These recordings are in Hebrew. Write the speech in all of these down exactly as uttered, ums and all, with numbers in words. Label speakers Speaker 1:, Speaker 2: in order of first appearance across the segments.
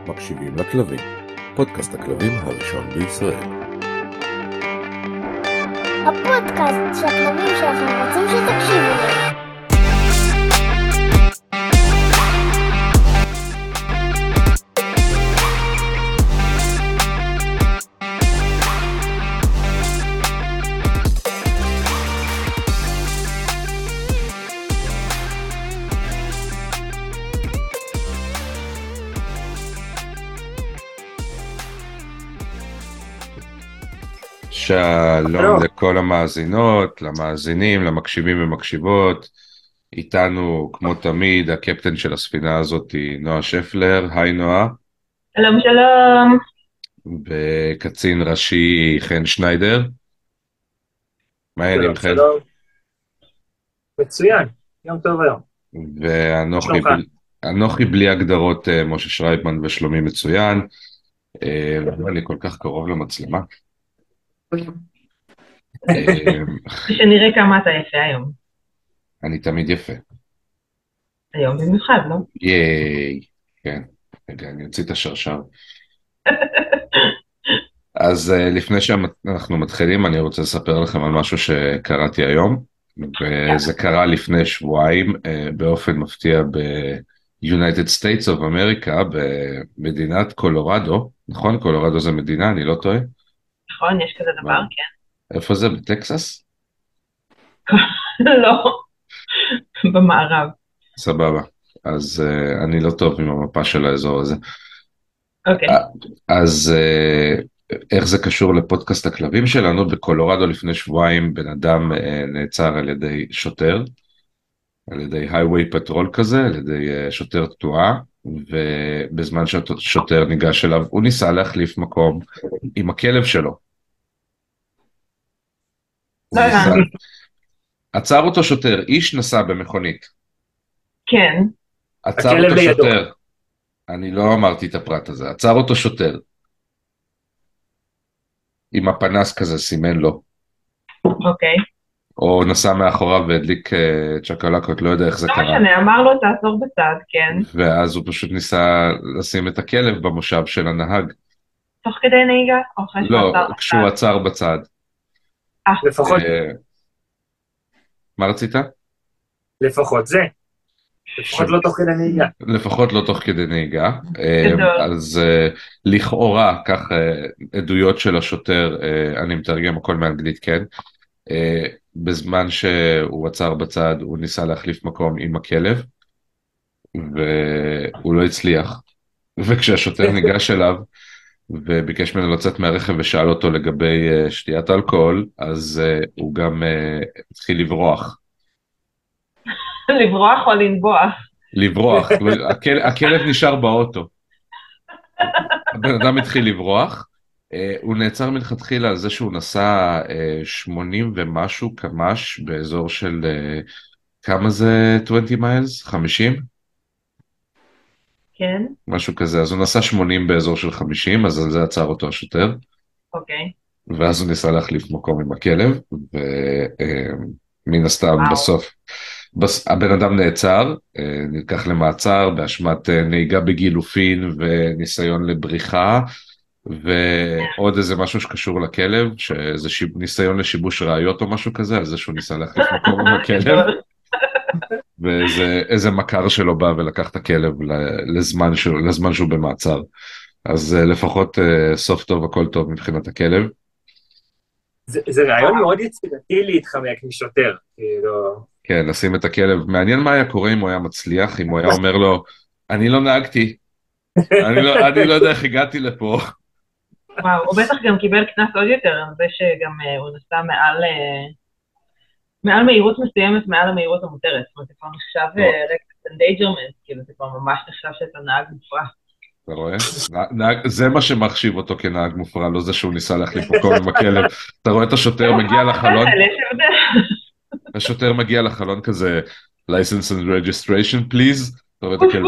Speaker 1: מקשיבים לכלבים, פודקאסט הכלבים הראשון בישראל.
Speaker 2: הפודקאסט שהכלבים שלכם רוצים שתקשיבו להם.
Speaker 1: שלום לכל המאזינות, למאזינים, למקשיבים ומקשיבות. איתנו כמו תמיד הקפטן של הספינה הזאת היא נועה שפלר. היי נועה.
Speaker 3: שלום שלום.
Speaker 1: וקצין ראשי חן שניידר. מה העניינים חן?
Speaker 4: שלום. מצוין, יום טוב היום.
Speaker 1: ואנוכי בלי הגדרות משה שרייבמן ושלומי מצוין. אני כל כך קרוב למצלמה.
Speaker 3: שנראה כמה אתה יפה היום.
Speaker 1: אני תמיד יפה.
Speaker 3: היום במיוחד, לא?
Speaker 1: ייי, כן. רגע, אני אוציא את השרשר. אז לפני שאנחנו מתחילים, אני רוצה לספר לכם על משהו שקראתי היום, וזה קרה לפני שבועיים, באופן מפתיע ב-United States of America, במדינת קולורדו. נכון? קולורדו זה מדינה, אני לא טועה?
Speaker 3: נכון, יש כזה דבר, כן.
Speaker 1: איפה זה? בטקסס?
Speaker 3: לא, במערב.
Speaker 1: סבבה, אז uh, אני לא טוב עם המפה של האזור הזה.
Speaker 3: אוקיי.
Speaker 1: אז uh, איך זה קשור לפודקאסט הכלבים שלנו? בקולורדו לפני שבועיים בן אדם uh, נעצר על ידי שוטר, על ידי highway patrol כזה, על ידי uh, שוטר תנועה, ובזמן ששוטר ניגש אליו, הוא ניסה להחליף מקום עם הכלב שלו.
Speaker 3: לא הבנתי.
Speaker 1: עצר אותו שוטר, איש נסע במכונית.
Speaker 3: כן.
Speaker 1: עצר אותו שוטר. אני לא אמרתי את הפרט הזה. עצר אותו שוטר. עם הפנס כזה, סימן לו.
Speaker 3: אוקיי.
Speaker 1: או נסע מאחוריו והדליק צ'קלקות, לא יודע איך זה קרה.
Speaker 3: לא משנה, אמר לו תעצור בצד, כן.
Speaker 1: ואז הוא פשוט ניסה לשים את הכלב במושב של הנהג.
Speaker 3: תוך כדי נהיגה?
Speaker 1: לא, כשהוא עצר בצד.
Speaker 4: לפחות
Speaker 1: מה רצית?
Speaker 4: לפחות זה. לפחות לא תוך כדי נהיגה.
Speaker 1: לפחות לא תוך כדי נהיגה. אז לכאורה, כך עדויות של השוטר, אני מתרגם הכל מאנגלית, כן? בזמן שהוא עצר בצד, הוא ניסה להחליף מקום עם הכלב, והוא לא הצליח. וכשהשוטר ניגש אליו, וביקש ממנו לצאת מהרכב ושאל אותו לגבי שתיית אלכוהול, אז הוא גם התחיל לברוח.
Speaker 3: לברוח או לנבוח?
Speaker 1: לברוח, הכלב נשאר באוטו. הבן אדם התחיל לברוח, הוא נעצר מלכתחילה על זה שהוא נסע שמונים ומשהו קמ"ש באזור של, כמה זה עשרים מיילס? חמישים?
Speaker 3: כן.
Speaker 1: משהו כזה, אז הוא נסע שמונים באזור של חמישים, אז על זה עצר אותו השוטר.
Speaker 3: אוקיי.
Speaker 1: ואז הוא ניסה להחליף מקום עם הכלב, ומן הסתם בסוף, הבן אדם נעצר, נלקח למעצר באשמת נהיגה בגילופין וניסיון לבריחה, ועוד איזה משהו שקשור לכלב, שזה ניסיון לשיבוש ראיות או משהו כזה, על זה שהוא ניסה להחליף מקום עם הכלב. ואיזה מכר שלו בא ולקח את הכלב לזמן שהוא, לזמן שהוא במעצר. אז לפחות סוף טוב, הכל טוב מבחינת הכלב.
Speaker 4: זה, זה רעיון מאוד יצירתי להתחמק משוטר. כאילו...
Speaker 1: כן, לשים את הכלב. מעניין מה היה קורה אם הוא היה מצליח, אם הוא היה אומר לו, אני לא נהגתי, אני לא, אני לא יודע איך הגעתי לפה.
Speaker 3: וואו, הוא בטח גם קיבל קנס עוד יותר, על זה שגם הוא נסע מעל... מעל מהירות מסוימת, מעל המהירות המותרת, זאת אומרת, זה כבר נחשב reckless endangerment, כאילו זה כבר ממש נחשב שאתה נהג מופרע.
Speaker 1: אתה רואה? זה מה שמחשיב אותו כנהג מופרע, לא זה שהוא ניסה להחליף מקום עם הכלב. אתה רואה את השוטר מגיע לחלון, השוטר מגיע לחלון כזה, license and registration please, אתה רואה את הכלב,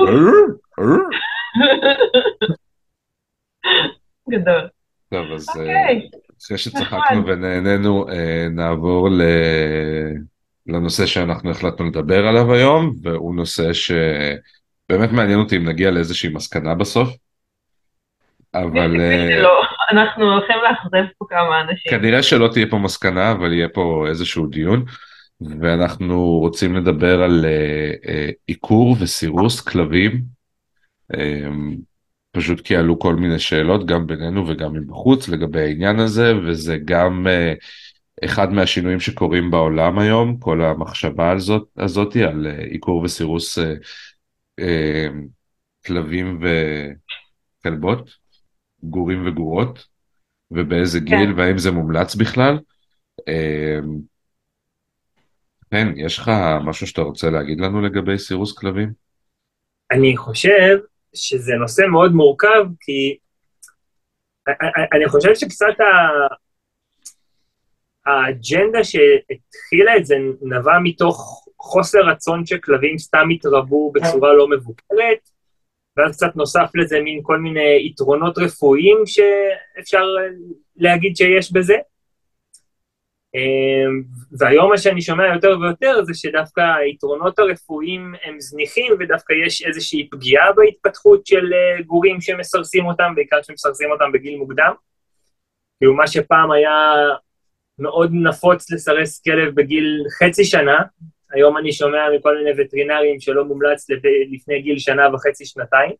Speaker 3: גדול.
Speaker 1: טוב, אז... אחרי שצחקנו ונהנינו, נעבור לנושא שאנחנו החלטנו לדבר עליו היום, והוא נושא שבאמת מעניין אותי אם נגיע לאיזושהי מסקנה בסוף. אבל
Speaker 3: לא, אנחנו הולכים לאכזב פה כמה אנשים.
Speaker 1: כנראה שלא תהיה פה מסקנה, אבל יהיה פה איזשהו דיון, ואנחנו רוצים לדבר על עיקור וסירוס כלבים, פשוט כי עלו כל מיני שאלות, גם בינינו וגם מבחוץ לגבי העניין הזה, וזה גם אחד מהשינויים שקורים בעולם היום, כל המחשבה הזאת, הזאת על עיקור וסירוס כלבים וכלבות, גורים וגורות, ובאיזה גיל, והאם זה מומלץ בכלל. כן, יש לך משהו שאתה רוצה להגיד לנו לגבי סירוס כלבים?
Speaker 4: אני חושב שזה נושא מאוד מורכב, כי אני חושב שקצת האג'נדה שהתחילה את זה נבע מתוך חוסר רצון שכלבים סתם יתרבו בצורה לא מבוקרת, ואז קצת נוסף לזה מין כל מיני יתרונות רפואיים שאפשר להגיד שיש בזה. והיום מה שאני שומע יותר ויותר זה שדווקא היתרונות הרפואיים הם זניחים, ודווקא יש איזושהי פגיעה בהתפתחות של גורים שמסרסים אותם, בעיקר שמסרסים אותם בגיל מוקדם. כאילו מה שפעם היה מאוד נפוץ לסרס כלב בגיל חצי שנה, היום אני שומע מכל מיני וטרינרים שלא מומלץ לפני גיל שנה וחצי, שנתיים.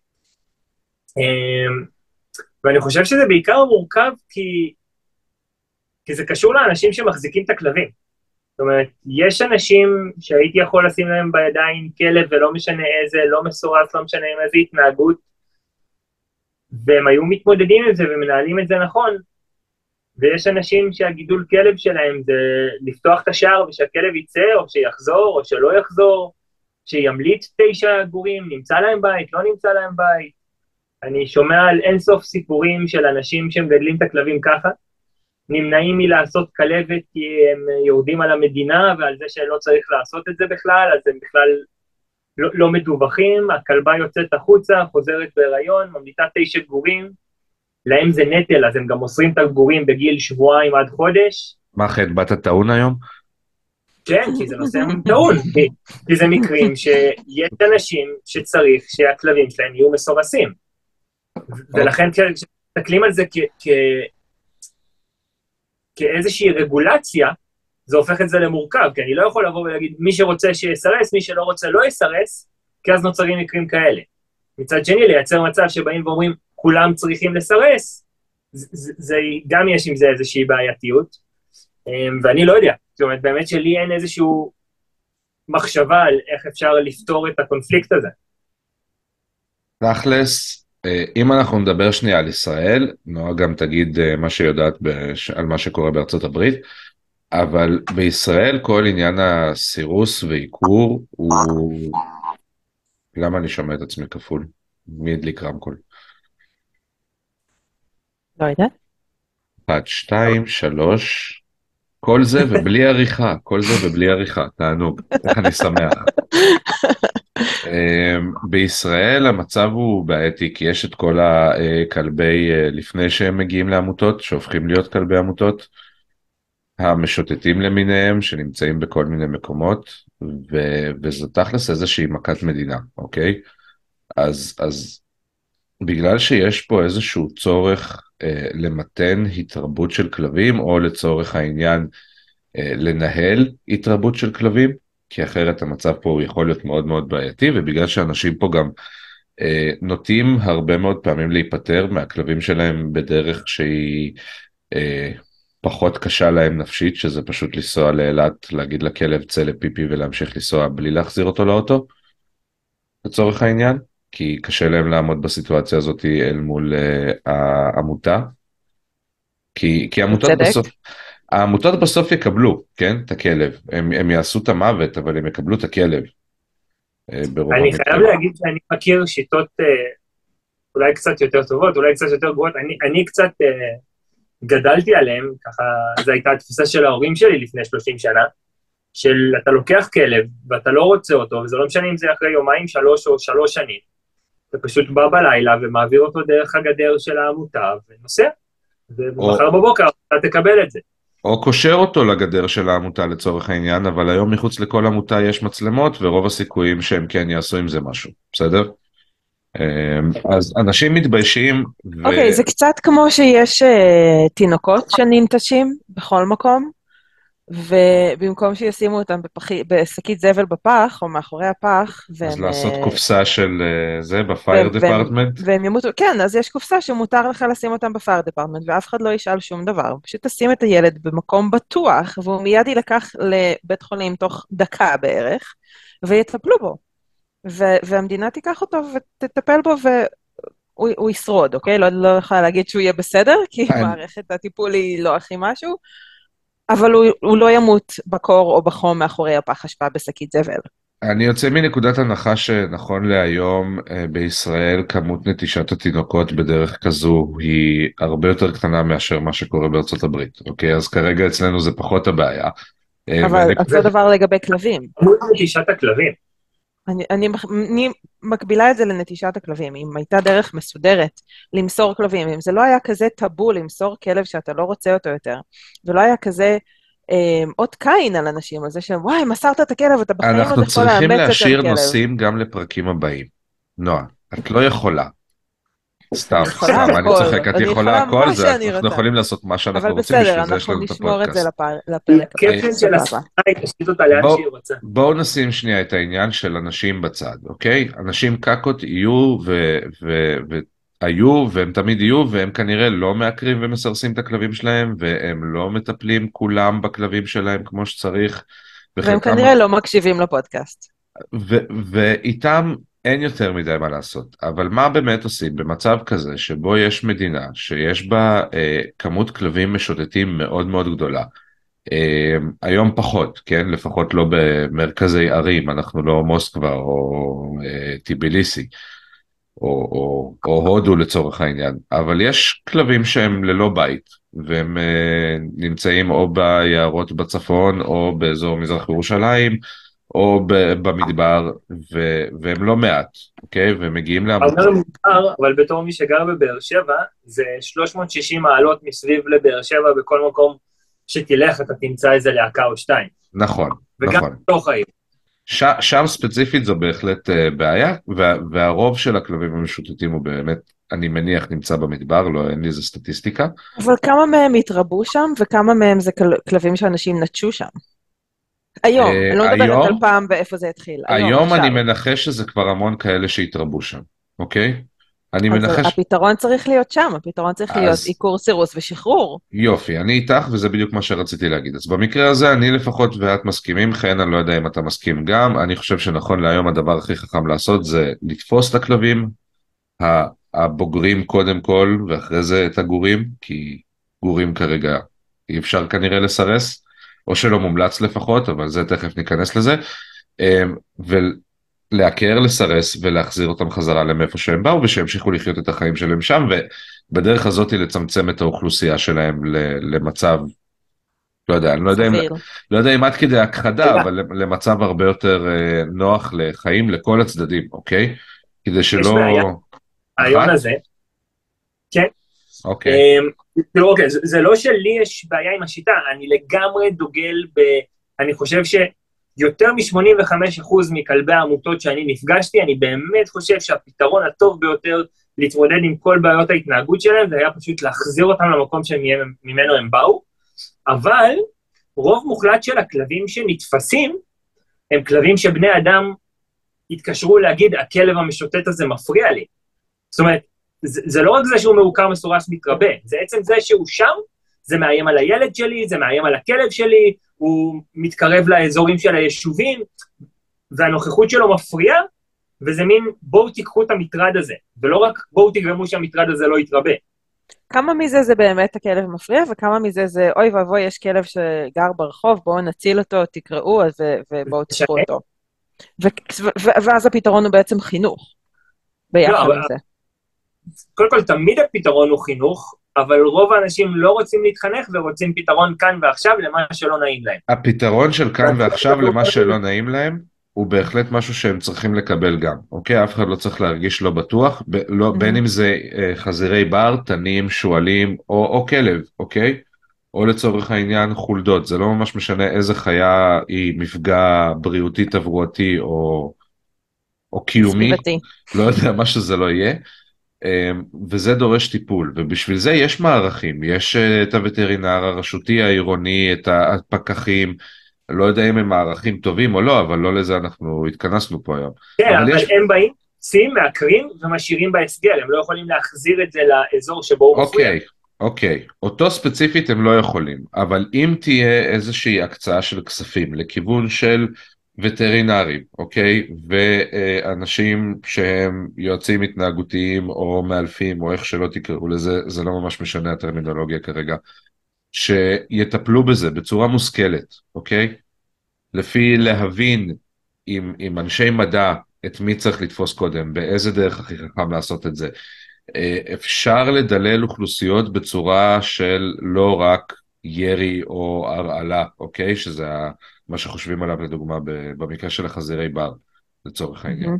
Speaker 4: ואני חושב שזה בעיקר מורכב כי, כי זה קשור לאנשים שמחזיקים את הכלבים. זאת אומרת, יש אנשים שהייתי יכול לשים להם בידיים כלב ולא משנה איזה, לא מסורס, לא משנה עם איזה התנהגות, והם היו מתמודדים עם זה ומנהלים את זה נכון, ויש אנשים שהגידול כלב שלהם זה לפתוח את השער ושהכלב יצא או שיחזור או שלא יחזור, שימליץ תשע גורים, נמצא להם בית, לא נמצא להם בית. אני שומע על אינסוף סיפורים של אנשים שמגדלים את הכלבים ככה, נמנעים מלעשות כלבת כי הם יורדים על המדינה ועל זה שלא צריך לעשות את זה בכלל, אז הם בכלל לא, לא מדווחים, הכלבה יוצאת החוצה, חוזרת בהיריון, ממליצה תשע גורים, להם זה נטל, אז הם גם מוסרים את הגורים בגיל שבועיים עד חודש.
Speaker 1: מה אחרי, באת טעון היום?
Speaker 4: כן, כי זה נושא טעון, כי, כי זה מקרים שיש אנשים שצריך שהכלבים שלהם יהיו מסורסים. ולכן כשתקלים על זה כ, כ, כאיזושהי רגולציה, זה הופך את זה למורכב, כי אני לא יכול לבוא ולהגיד, מי שרוצה שיסרס, מי שלא רוצה לא יסרס, כי אז נוצרים מקרים כאלה. מצד שני, לייצר מצב שבאים ואומרים, כולם צריכים לסרס, זה, זה, גם יש עם זה איזושהי בעייתיות, ואני לא יודע, זאת אומרת, באמת שלי אין איזשהו מחשבה על איך אפשר לפתור את הקונפליקט הזה.
Speaker 1: תכלס, אם אנחנו נדבר שנייה על ישראל, נועה גם תגיד מה שיודעת על מה שקורה בארצות הברית, אבל בישראל כל עניין הסירוס ועיקור הוא... למה אני שומע את עצמי כפול? מי הדליק רמקול?
Speaker 3: לא יודעת.
Speaker 1: אחת, שתיים, שלוש, כל זה ובלי עריכה, כל זה ובלי עריכה, תענוג, איך אני שמח. בישראל המצב הוא בעייתי, כי יש את כל הכלבי, לפני שהם מגיעים לעמותות, שהופכים להיות כלבי עמותות, המשוטטים למיניהם, שנמצאים בכל מיני מקומות, וזה תכלס איזושהי מכת מדינה, אוקיי? אז, אז בגלל שיש פה איזשהו צורך אה, למתן התרבות של כלבים, או לצורך העניין אה, לנהל התרבות של כלבים, כי אחרת המצב פה הוא יכול להיות מאוד מאוד בעייתי, ובגלל שאנשים פה גם אה, נוטים הרבה מאוד פעמים להיפטר מהכלבים שלהם בדרך שהיא אה, פחות קשה להם נפשית, שזה פשוט לנסוע לאילת, להגיד לכלב צא לפיפי ולהמשיך לנסוע בלי להחזיר אותו לאוטו, לצורך העניין. כי קשה להם לעמוד בסיטואציה הזאת אל מול uh, העמותה, כי, כי העמותות בסוף, העמותות בסוף יקבלו, כן, את הכלב, הם, הם יעשו את המוות, אבל הם יקבלו את הכלב. Uh,
Speaker 4: אני חייב להגיד שאני מכיר שיטות uh, אולי קצת יותר טובות, אולי קצת יותר גרועות, אני, אני קצת uh, גדלתי עליהם, ככה, זו הייתה התפיסה של ההורים שלי לפני שלושים שנה, של אתה לוקח כלב, ואתה לא רוצה אותו, וזה לא משנה אם זה אחרי יומיים, שלוש או שלוש שנים, אתה פשוט בא בלילה ומעביר אותו דרך הגדר של העמותה ונוסע, ומחר בבוקר אתה תקבל את זה.
Speaker 1: או קושר אותו לגדר של העמותה לצורך העניין, אבל היום מחוץ לכל עמותה יש מצלמות, ורוב הסיכויים שהם כן יעשו עם זה משהו, בסדר? אז אנשים מתביישים, ו...
Speaker 5: אוקיי, זה קצת כמו שיש אה, תינוקות שננטשים בכל מקום, ובמקום שישימו אותם בפחי- בשקית זבל בפח, או מאחורי הפח,
Speaker 1: אז
Speaker 5: והם,
Speaker 1: לעשות
Speaker 5: אה,
Speaker 1: קופסה של אה, זה בפייר
Speaker 5: והם, והם,
Speaker 1: דפארטמנט.
Speaker 5: והם ימותו, כן, אז יש קופסה שמותר לך לשים אותם בפייר דפרטמנט, ואף אחד לא ישאל שום דבר. פשוט תשים את הילד במקום בטוח, והוא מיד יילקח לבית חולים תוך דקה בערך, ויטפלו בו. ו- והמדינה תיקח אותו ותטפל בו, והוא הוא ישרוד, אוקיי? לא, לא יכולה להגיד שהוא יהיה בסדר, כי מערכת הטיפול היא לא הכי משהו, אבל הוא, הוא לא ימות בקור או בחום מאחורי הפח אשפה בשקית זבל.
Speaker 1: אני יוצא מנקודת הנחה שנכון להיום אה, בישראל כמות נטישת התינוקות בדרך כזו היא הרבה יותר קטנה מאשר מה שקורה בארצות הברית, אוקיי? אז כרגע אצלנו זה פחות הבעיה. אה,
Speaker 5: אבל
Speaker 1: ואני...
Speaker 5: אותו דבר לגבי כלבים.
Speaker 4: כמות נטישת הכלבים.
Speaker 5: אני, אני, אני מקבילה את זה לנטישת הכלבים. אם הייתה דרך מסודרת למסור כלבים, אם זה לא היה כזה טאבו למסור כלב שאתה לא רוצה אותו יותר, ולא היה כזה אה, אות קין על אנשים, על זה שהם, וואי, מסרת את הכלב, אתה בחיים לא
Speaker 1: אנחנו
Speaker 5: יכול
Speaker 1: צריכים
Speaker 5: לאמץ יותר
Speaker 1: להשאיר
Speaker 5: כלב.
Speaker 1: נושאים גם לפרקים הבאים. נועה, את לא יכולה. סתם,
Speaker 5: אני יכולה
Speaker 1: סתם, אני
Speaker 5: הכל,
Speaker 1: צוחק, את
Speaker 5: אני
Speaker 1: יכולה
Speaker 5: יכולה
Speaker 1: הכל,
Speaker 5: מה
Speaker 1: זה
Speaker 5: שאני
Speaker 1: אנחנו
Speaker 5: רוצה.
Speaker 1: יכולים לעשות מה שאנחנו
Speaker 5: אבל
Speaker 1: רוצים,
Speaker 5: בסדר,
Speaker 1: בשביל זה יש
Speaker 5: אנחנו
Speaker 1: לנו את
Speaker 5: נשמור את זה
Speaker 1: הפודקאסט.
Speaker 5: לפר, לפרק הבא.
Speaker 4: קפטן של הספינה, היא תשתית אותה לאן
Speaker 1: בוא,
Speaker 4: שהיא רוצה.
Speaker 1: בואו נשים שנייה את העניין של אנשים בצד, אוקיי? אנשים קקות יהיו ו, ו, והיו והם תמיד יהיו, והם כנראה לא מעקרים ומסרסים את הכלבים שלהם, והם לא מטפלים כולם בכלבים שלהם כמו שצריך.
Speaker 5: והם
Speaker 1: וחלקם,
Speaker 5: כנראה לא מקשיבים לפודקאסט.
Speaker 1: ו, ואיתם אין יותר מדי מה לעשות. אבל מה באמת עושים במצב כזה שבו יש מדינה שיש בה אה, כמות כלבים משוטטים מאוד מאוד גדולה, אה, היום פחות, כן? לפחות לא במרכזי ערים, אנחנו לא מוסקבה או אה, טיביליסי או, או, או הודו לצורך העניין, אבל יש כלבים שהם ללא בית, והם אה, נמצאים או ביערות בצפון או באזור מזרח ירושלים, או ב- במדבר, ו- והם לא מעט, אוקיי? והם מגיעים לעמותות.
Speaker 4: אומר מותר, אבל בתור מי שגר בבאר שבע, זה שלוש מאות ושישים מעלות מסביב לבאר שבע, בכל מקום שתלך אתה תמצא איזה להקה או שתיים.
Speaker 1: נכון,
Speaker 4: וגם
Speaker 1: נכון.
Speaker 4: בתוך העיר.
Speaker 1: ש- שם ספציפית זו בהחלט uh, בעיה, וה- והרוב של הכלבים המשוטטים הוא באמת, אני מניח, נמצא במדבר, לא, אין לי איזה סטטיסטיקה.
Speaker 5: אבל כמה מהם התרבו שם, וכמה מהם זה כל- כלבים שאנשים נטשו שם? היום,
Speaker 1: אה,
Speaker 5: אני לא מדברת
Speaker 1: היום-
Speaker 5: על פעם ואיפה זה התחיל. היום,
Speaker 1: היום אני
Speaker 5: עכשיו.
Speaker 1: מנחש שזה כבר המון כאלה שהתרבו שם, אוקיי? אני
Speaker 5: אז
Speaker 1: מנחש...
Speaker 5: הפתרון צריך להיות שם, הפתרון צריך להיות
Speaker 1: אז-
Speaker 5: עיקור, סירוס ושחרור.
Speaker 1: יופי, אני איתך וזה בדיוק מה שרציתי להגיד. אז במקרה הזה אני לפחות ואת מסכימים, חן, אני לא יודע אם אתה מסכים גם, אני חושב שנכון להיום הדבר הכי חכם לעשות זה לתפוס את הכלבים, ה- הבוגרים קודם כל, ואחרי זה את הגורים, כי גורים כרגע אי אפשר כנראה לסרס, או שלא מומלץ לפחות, אבל זה תכף ניכנס לזה, אמ, ולעקר, לסרס ולהחזיר אותם חזרה למאיפה שהם באו, ושהמשיכו לחיות את החיים שלהם שם, ובדרך הזאת לצמצם את האוכלוסייה שלהם ל- למצב, לא יודע, אני לא יודע אם,
Speaker 5: סביר.
Speaker 1: לא יודע אם עד כדי הכחדה, אבל למצב הרבה יותר אה, נוח לחיים לכל הצדדים, אוקיי? כדי שלא...
Speaker 4: בעיה. הרעיון
Speaker 1: אחת?
Speaker 4: הזה, כן.
Speaker 1: אוקיי.
Speaker 4: אמ, תראו, אוקיי, זה, זה לא שלי יש בעיה עם השיטה, אני לגמרי דוגל ב... אני חושב שיותר מ-שמונים וחמישה אחוז מכלבי העמותות שאני נפגשתי, אני באמת חושב שהפתרון הטוב ביותר להתמודד עם כל בעיות ההתנהגות שלהם, זה היה פשוט להחזיר אותם למקום שממנו הם באו, אבל רוב מוחלט של הכלבים שנתפסים, הם כלבים שבני אדם התקשרו להגיד, הכלב המשוטט הזה מפריע לי. זאת אומרת, זה, זה לא רק זה שהוא מעוקר מסורס מתרבה, זה עצם זה שהוא שם, זה מאיים על הילד שלי, זה מאיים על הכלב שלי, הוא מתקרב לאזורים של היישובים, והנוכחות שלו מפריעה, וזה מין בואו תיקחו את המטרד הזה, ולא רק בואו תגרמו שהמטרד הזה לא יתרבה.
Speaker 5: כמה מזה זה באמת הכלב מפריע, וכמה מזה זה, אוי ואבוי, יש כלב שגר ברחוב, בואו נציל אותו, תקראו, אז, ובואו תשחררו אותו. ו- ו- ואז הפתרון הוא בעצם חינוך, ביחד
Speaker 4: לא,
Speaker 5: עם
Speaker 4: אבל-
Speaker 5: זה.
Speaker 4: קודם כל, תמיד הפתרון הוא חינוך, אבל רוב האנשים לא רוצים להתחנך, ורוצים פתרון כאן ועכשיו למה שלא נעים להם.
Speaker 1: הפתרון של כאן ועכשיו למה שלא נעים להם, הוא בהחלט משהו שהם צריכים לקבל גם, אוקיי? אף אחד לא צריך להרגיש לא בטוח, ב- לא, בין אם זה אה, חזירי בר, תנים, שועלים, או, או כלב, אוקיי? או לצורך העניין חולדות, זה לא ממש משנה איזה חיה היא מפגע בריאותי, תברואתי, או, או קיומי,
Speaker 5: סביבתי.
Speaker 1: לא יודע מה שזה לא יהיה, וזה דורש טיפול, ובשביל זה יש מערכים, יש את הווטרינר הרשותי העירוני, את הפקחים, לא יודע אם הם מערכים טובים או לא, אבל לא לזה אנחנו התכנסנו פה היום.
Speaker 4: כן,
Speaker 1: אבל
Speaker 4: אבל
Speaker 1: יש...
Speaker 4: הם באים, צים, מעקרים ומשאירים בהסגר, הם לא יכולים להחזיר את זה לאזור שבו הוא מפריע.
Speaker 1: אוקיי, אוקיי, אותו ספציפית הם לא יכולים, אבל אם תהיה איזושהי הקצאה של כספים לכיוון של וטרינרים, אוקיי, ואנשים שהם יועצים התנהגותיים או מאלפים או איך שלא תקראו לזה, זה לא ממש משנה הטרמינולוגיה כרגע, שיטפלו בזה בצורה מושכלת, אוקיי? לפי להבין עם, עם אנשי מדע את מי צריך לתפוס קודם, באיזה דרך הכי חכם לעשות את זה. אפשר לדלל אוכלוסיות בצורה של לא רק ירי או הרעלה, אוקיי? שזה מה שחושבים עליו לדוגמה במקרה של החזירי בר, לצורך העניין.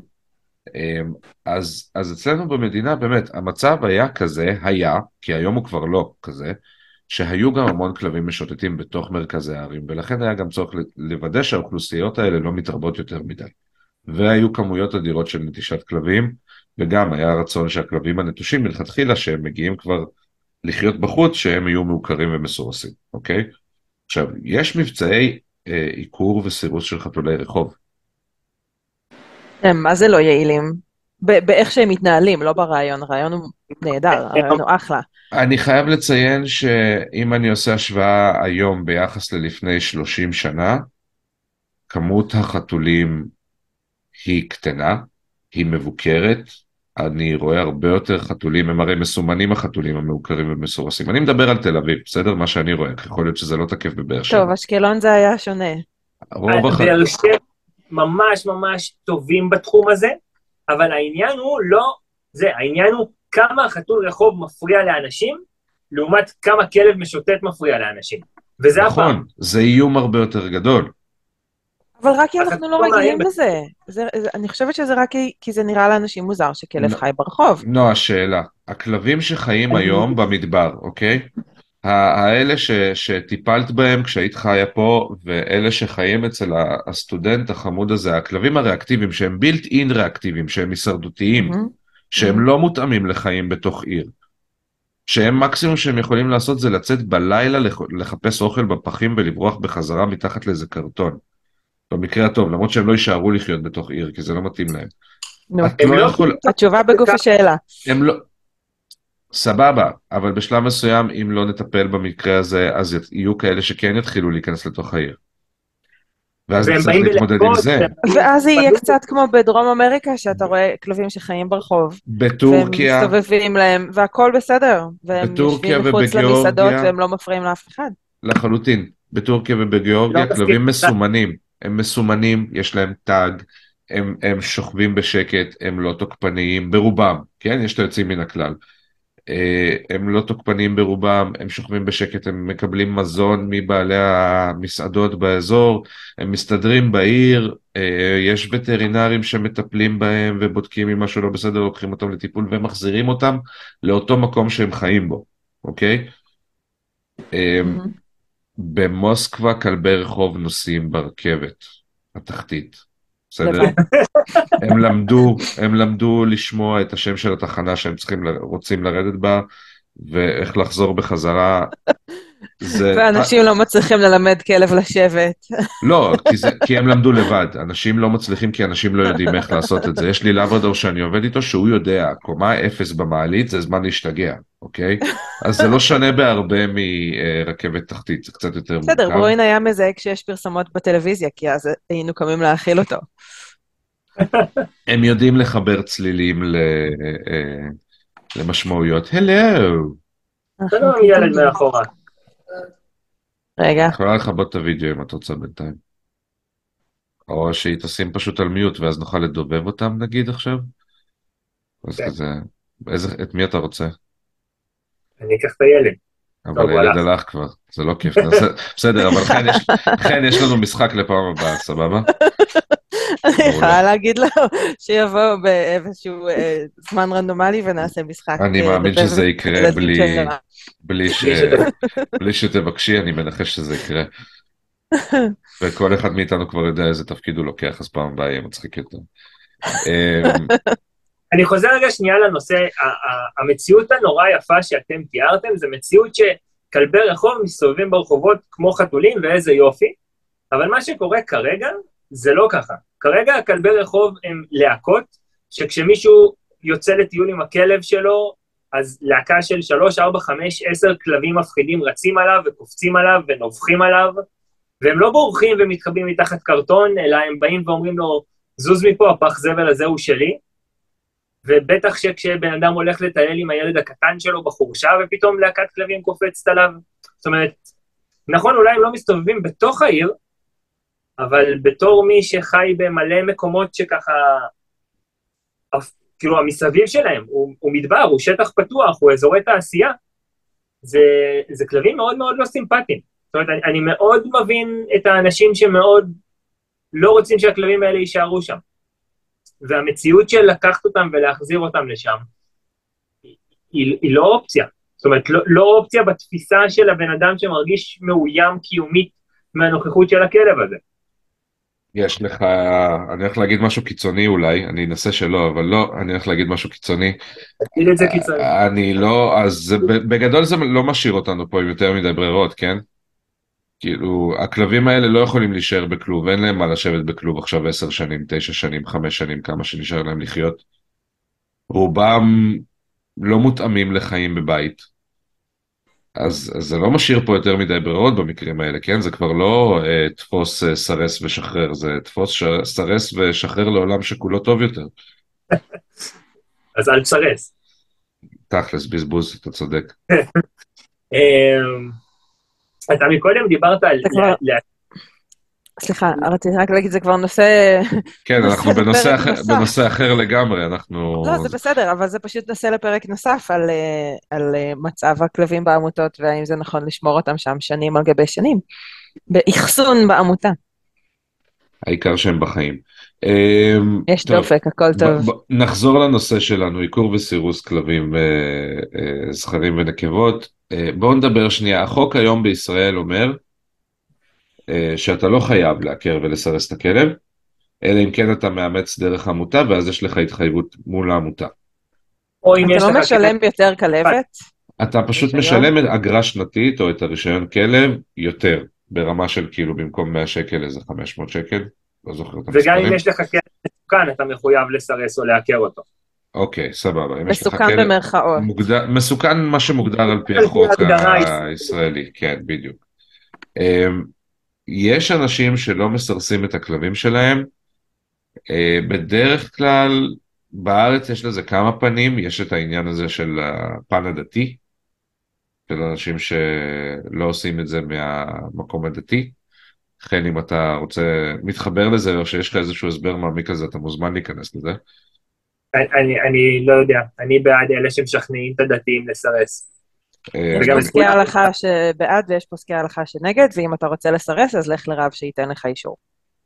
Speaker 1: אז, אז אצלנו במדינה באמת המצב היה כזה, היה, כי היום הוא כבר לא כזה, שהיו גם המון כלבים משוטטים בתוך מרכזי הערים, ולכן היה גם צורך לוודא שהאוכלוסיות האלה לא מתרבות יותר מדי. והיו כמויות אדירות של נטישת כלבים, וגם היה רצון שהכלבים הנטושים מלכתחילה שהם מגיעים כבר לחיות בחוץ, שהם יהיו מעוקרים ומסורסים, אוקיי? עכשיו, יש מבצעי אה, עיקור וסירוס של חתולי רחוב.
Speaker 5: הם, מה זה לא יעילים? ב- באיך שהם מתנהלים, לא ברעיון, הרעיון הוא נהדר, הרעיון הוא אחלה.
Speaker 1: אני חייב לציין שאם אני עושה השוואה היום ביחס ללפני שלושים שנה, כמות החתולים היא קטנה, היא מבוקרת, אני רואה הרבה יותר חתולים, הם הרי מסומנים החתולים המעוקרים ומסורסים. אני מדבר על תל אביב, בסדר? מה שאני רואה, יכול להיות שזה לא תקף בבאר שבע.
Speaker 5: טוב, אשקלון זה היה שונה.
Speaker 1: רוב הח...
Speaker 4: באר שבע ממש ממש טובים בתחום הזה, אבל העניין הוא לא, זה, העניין הוא כמה חתול רחוב מפריע לאנשים, לעומת כמה כלב משוטט מפריע לאנשים. וזה
Speaker 1: נכון,
Speaker 4: הפעם.
Speaker 1: זה איום הרבה יותר גדול.
Speaker 5: אבל רק כי אנחנו
Speaker 4: החתול
Speaker 5: לא רגילים
Speaker 4: מאיים.
Speaker 5: לזה. זה, זה, אני חושבת שזה רק כי, כי זה נראה לאנשים מוזר שכלב
Speaker 1: לא.
Speaker 5: חי ברחוב.
Speaker 1: נו, השאלה, הכלבים שחיים היום במדבר, אוקיי? ה- האלה ש, שטיפלת בהם כשהיית חיה פה, ואלה שחיים אצל ה- הסטודנט החמוד הזה, הכלבים הריאקטיביים, שהם בילט אין ריאקטיביים, שהם הישרדותיים,
Speaker 5: מהמם.
Speaker 1: שהם לא מותאמים לחיים בתוך עיר, שהם מקסימום שהם יכולים לעשות זה לצאת בלילה לח- לחפש אוכל בפחים ולברוח בחזרה מתחת לאיזה קרטון. במקרה הטוב, למרות שהם לא יישארו לחיות בתוך עיר, כי זה לא מתאים להם.
Speaker 5: נו,
Speaker 1: את לא יכול...
Speaker 5: התשובה בגוף השאלה.
Speaker 1: הם לא... סבבה, אבל בשלב מסוים, אם לא נטפל במקרה הזה, אז יהיו כאלה שכן יתחילו להיכנס לתוך העיר. ואז
Speaker 4: והם
Speaker 1: נצטרך
Speaker 4: באים
Speaker 1: להתמודד עם
Speaker 4: בלהקות,
Speaker 1: זה.
Speaker 4: והם-
Speaker 5: ואז זה יהיה קצת כמו בדרום אמריקה, שאתה רואה כלבים שחיים ברחוב, והם
Speaker 1: בטורקיה,
Speaker 5: מסתובבים להם, והכל בסדר. והם
Speaker 1: בטורקיה
Speaker 5: יושבים מחוץ
Speaker 1: ובגיאורגיה-
Speaker 5: למסעדות, והם לא מפריעים לאף אחד.
Speaker 1: לחלוטין, בטורקיה ובגיאורגיה,
Speaker 4: לא
Speaker 1: כלבים
Speaker 4: מסכים.
Speaker 1: מסומנים, הם מסומנים, יש להם טאג, הם, הם שוכבים בשקט, הם לא תוקפניים ברובם, כן? יש את היוצאים מן הכלל. אה, הם לא תוקפניים ברובם, הם שוכבים בשקט, הם מקבלים מזון מבעלי המסעדות באזור, הם מסתדרים בעיר, אה, יש וטרינרים שמטפלים בהם ובודקים אם משהו לא בסדר, לוקחים אותם לטיפול ומחזירים אותם לאותו מקום שהם חיים בו, אוקיי? אה, במוסקבה כלבי רחוב נוסעים ברכבת התחתית, בסדר?
Speaker 5: לבד.
Speaker 1: הם למדו, הם למדו לשמוע את השם של התחנה שהם צריכים, ל- רוצים לרדת בה, ואיך לחזור בחזרה. זה,
Speaker 5: ואנשים לא מצליחים ללמד כלב לשבת.
Speaker 1: לא, כי, זה, כי הם למדו לבד. אנשים לא מצליחים כי אנשים לא יודעים איך לעשות את זה. יש לי לברדור שאני עובד איתו שהוא יודע, קומה אפס במעלית זה זמן להשתגע, אוקיי? אז זה לא שונה בהרבה מרכבת תחתית, זה קצת יותר מורכב.
Speaker 5: בסדר, ברואין היה מזהה כשיש פרסומות בטלוויזיה, כי אז היינו קמים להאכיל אותו.
Speaker 1: הם יודעים לחבר צלילים ל, אה, למשמעויות. הלו!
Speaker 4: זה לא ילד מאחורה.
Speaker 5: רגע,
Speaker 1: יכולה לכבות את הוידאו אם את רוצה בינתיים. או שהיא תשים פשוט על מיוט ואז נוכל לדובב אותם נגיד עכשיו. אז
Speaker 4: כן.
Speaker 1: כזה, איזה, את מי אתה רוצה?
Speaker 4: אני אקח את הילד.
Speaker 1: אבל
Speaker 4: טוב, הוא
Speaker 1: הילד
Speaker 4: הלך.
Speaker 1: הלך כבר, זה לא כיף. נעשה- בסדר, אבל חן יש, חן יש לנו משחק לפעם הבאה, סבבה?
Speaker 5: אני יכולה להגיד לו שיבוא באיזשהו אה, זמן רנדומלי ונעשה משחק.
Speaker 1: אני
Speaker 5: אה,
Speaker 1: מאמין
Speaker 5: לדבר
Speaker 1: שזה יקרה
Speaker 5: ילדים
Speaker 1: בלי,
Speaker 5: שלה.
Speaker 1: בלי, ש...
Speaker 4: בלי שת-
Speaker 1: בלי שתבקשי, אני מנחש שזה יקרה. וכל אחד מאיתנו כבר יודע איזה תפקיד הוא לוקח, אז פעם הבאה יהיה מצחיק יותר.
Speaker 4: אני חוזר רגע שנייה לנושא, המציאות הנורא יפה שאתם תיארתם, זה מציאות שכלבי רחוב מסתובבים ברחובות כמו חתולים, ואיזה יופי, אבל מה שקורה כרגע, זה לא ככה. כרגע הכלבי רחוב הם להקות, שכשמישהו יוצא לטיול עם הכלב שלו, אז להקה של שלוש, ארבע, חמש, עשר כלבים מפחידים רצים עליו, וקופצים עליו, ונובחים עליו, והם לא בורחים ומתחבאים מתחת קרטון, אלא הם באים ואומרים לו, זוז מפה, הפח זבל הזה הוא שלי, ובטח שכשבן אדם הולך לטייל עם הילד הקטן שלו בחורשה, ופתאום להקת כלבים קופצת עליו, זאת אומרת, נכון, אולי הם לא מסתובבים בתוך העיר, אבל בתור מי שחי במלא מקומות שככה, כאילו המסביב שלהם, הוא, הוא מדבר, הוא שטח פתוח, הוא אזורי תעשייה, זה, זה כלבים מאוד מאוד לא סימפטיים. זאת אומרת, אני, אני מאוד מבין את האנשים שמאוד לא רוצים שהכלבים האלה יישארו שם. והמציאות של לקחת אותם ולהחזיר אותם לשם, היא, היא לא אופציה. זאת אומרת, לא, לא אופציה בתפיסה של הבן אדם שמרגיש מאוים קיומית מהנוכחות של הכלב הזה.
Speaker 1: יש לך, אני הולך להגיד משהו קיצוני אולי, אני אנסה שלא, אבל לא, אני הולך להגיד משהו קיצוני.
Speaker 4: תגיד את זה קיצוני.
Speaker 1: אני לא, אז בגדול זה לא משאיר אותנו פה עם יותר מדי ברירות, כן? כאילו, הכלבים האלה לא יכולים להישאר בכלוב, אין להם מה לשבת בכלוב עכשיו עשר שנים, תשע שנים, חמש שנים, כמה שנשאר להם לחיות. רובם לא מותאמים לחיים בבית. אז, אז זה לא משאיר פה יותר מדי ברירות במקרים האלה, כן? זה כבר לא אה, תפוס אה, סרס ושחרר, זה תפוס ש... סרס ושחרר לעולם שכולו טוב יותר.
Speaker 4: אז אל תסרס.
Speaker 1: תכלס, בזבוז, אתה צודק.
Speaker 4: אתה מקודם דיברת על...
Speaker 5: סליחה, רציתי רק להגיד, זה כבר נושא...
Speaker 1: כן, אנחנו בנושא אחר, בנושא אחר לגמרי, אנחנו...
Speaker 5: לא, זה בסדר, אבל זה פשוט נושא לפרק נוסף על, על מצב הכלבים בעמותות, והאם זה נכון לשמור אותם שם שנים על גבי שנים, באחסון בעמותה.
Speaker 1: העיקר שהם בחיים.
Speaker 5: יש דופק, הכל טוב.
Speaker 1: נחזור לנושא שלנו, עיקור וסירוס כלבים זכרים ונקבות. בואו נדבר שנייה, החוק היום בישראל אומר, שאתה לא חייב לעקר ולסרס את הכלב, אלא אם כן אתה מאמץ דרך עמותה, ואז יש לך התחייבות מול העמותה.
Speaker 5: אתה לא משלם יותר כלבת?
Speaker 1: אתה פשוט משלם את אגרה שנתית, או את הרישיון כלב, יותר, ברמה של כאילו במקום מאה שקל, איזה חמש מאות שקל, לא זוכר את המספרים.
Speaker 4: וגם אם יש לך כלב מסוכן, אתה מחויב לסרס או לעקר אותו.
Speaker 1: אוקיי, סבבה.
Speaker 5: מסוכן במרכאות.
Speaker 1: מסוכן מה שמוגדר על פי החוק הישראלי, כן, בדיוק. יש אנשים שלא מסרסים את הכלבים שלהם, בדרך כלל בארץ יש לזה כמה פנים, יש את העניין הזה של הפן הדתי, של אנשים שלא עושים את זה מהמקום הדתי, לכן אם אתה רוצה, מתחבר לזה, או שיש לך איזשהו הסבר מעמיק כזה, אתה מוזמן להיכנס לזה.
Speaker 4: אני, אני לא יודע, אני בעד אלה שמשכנעים את הדתיים לסרס.
Speaker 5: יש פוסקי ההלכה שבעד ויש פוסקי ההלכה שנגד, ואם אתה רוצה לסרס, אז לך לרב שייתן לך אישור.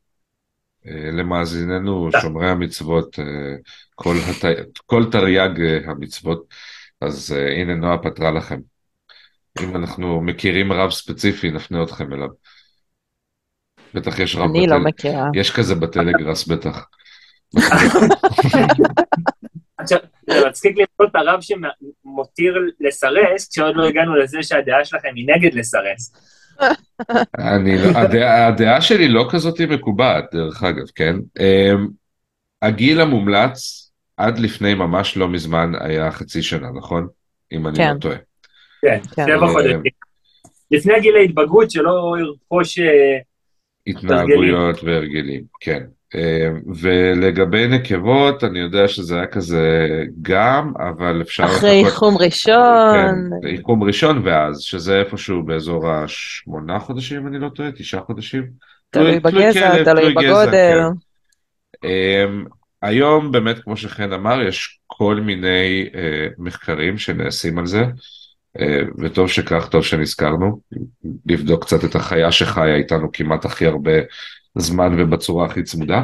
Speaker 1: למאזיננו, שומרי המצוות, כל, הת... כל תרי"ג המצוות, אז הנה נועה פתרה לכם. אם אנחנו מכירים רב ספציפי, נפנה אתכם אליו. בטח יש רב...
Speaker 5: אני
Speaker 1: בטל...
Speaker 5: לא מכירה.
Speaker 1: יש כזה בטלגרס בטח.
Speaker 4: עכשיו, זה מצחיק לראות את הרב שמותיר לסרס, כשעוד לא הגענו לזה שהדעה שלכם היא נגד לסרס.
Speaker 1: אני לא, הדעה, הדעה שלי לא כזאת מקובעת, דרך אגב, כן? הגיל המומלץ עד לפני ממש לא מזמן היה חצי שנה, נכון? אם אני לא טועה.
Speaker 4: כן, שבע חודשים. לפני גיל ההתבגרות שלא ירכוש
Speaker 1: התנהגויות והרגלים, כן. ולגבי נקבות, אני יודע שזה היה כזה גם, אבל אפשר...
Speaker 5: אחרי איחום ראשון.
Speaker 1: כן, איחום ראשון ואז, שזה איפשהו באזור השמונה חודשים, אני לא טועה, תשעה חודשים.
Speaker 5: תלוי בגזע, תלוי בגודל.
Speaker 1: היום, באמת, כמו שחן אמר, יש כל מיני מחקרים שנעשים על זה, וטוב שכך, טוב שנזכרנו, לבדוק קצת את החיה שחיה איתנו כמעט הכי הרבה זמן ובצורה הכי צמודה.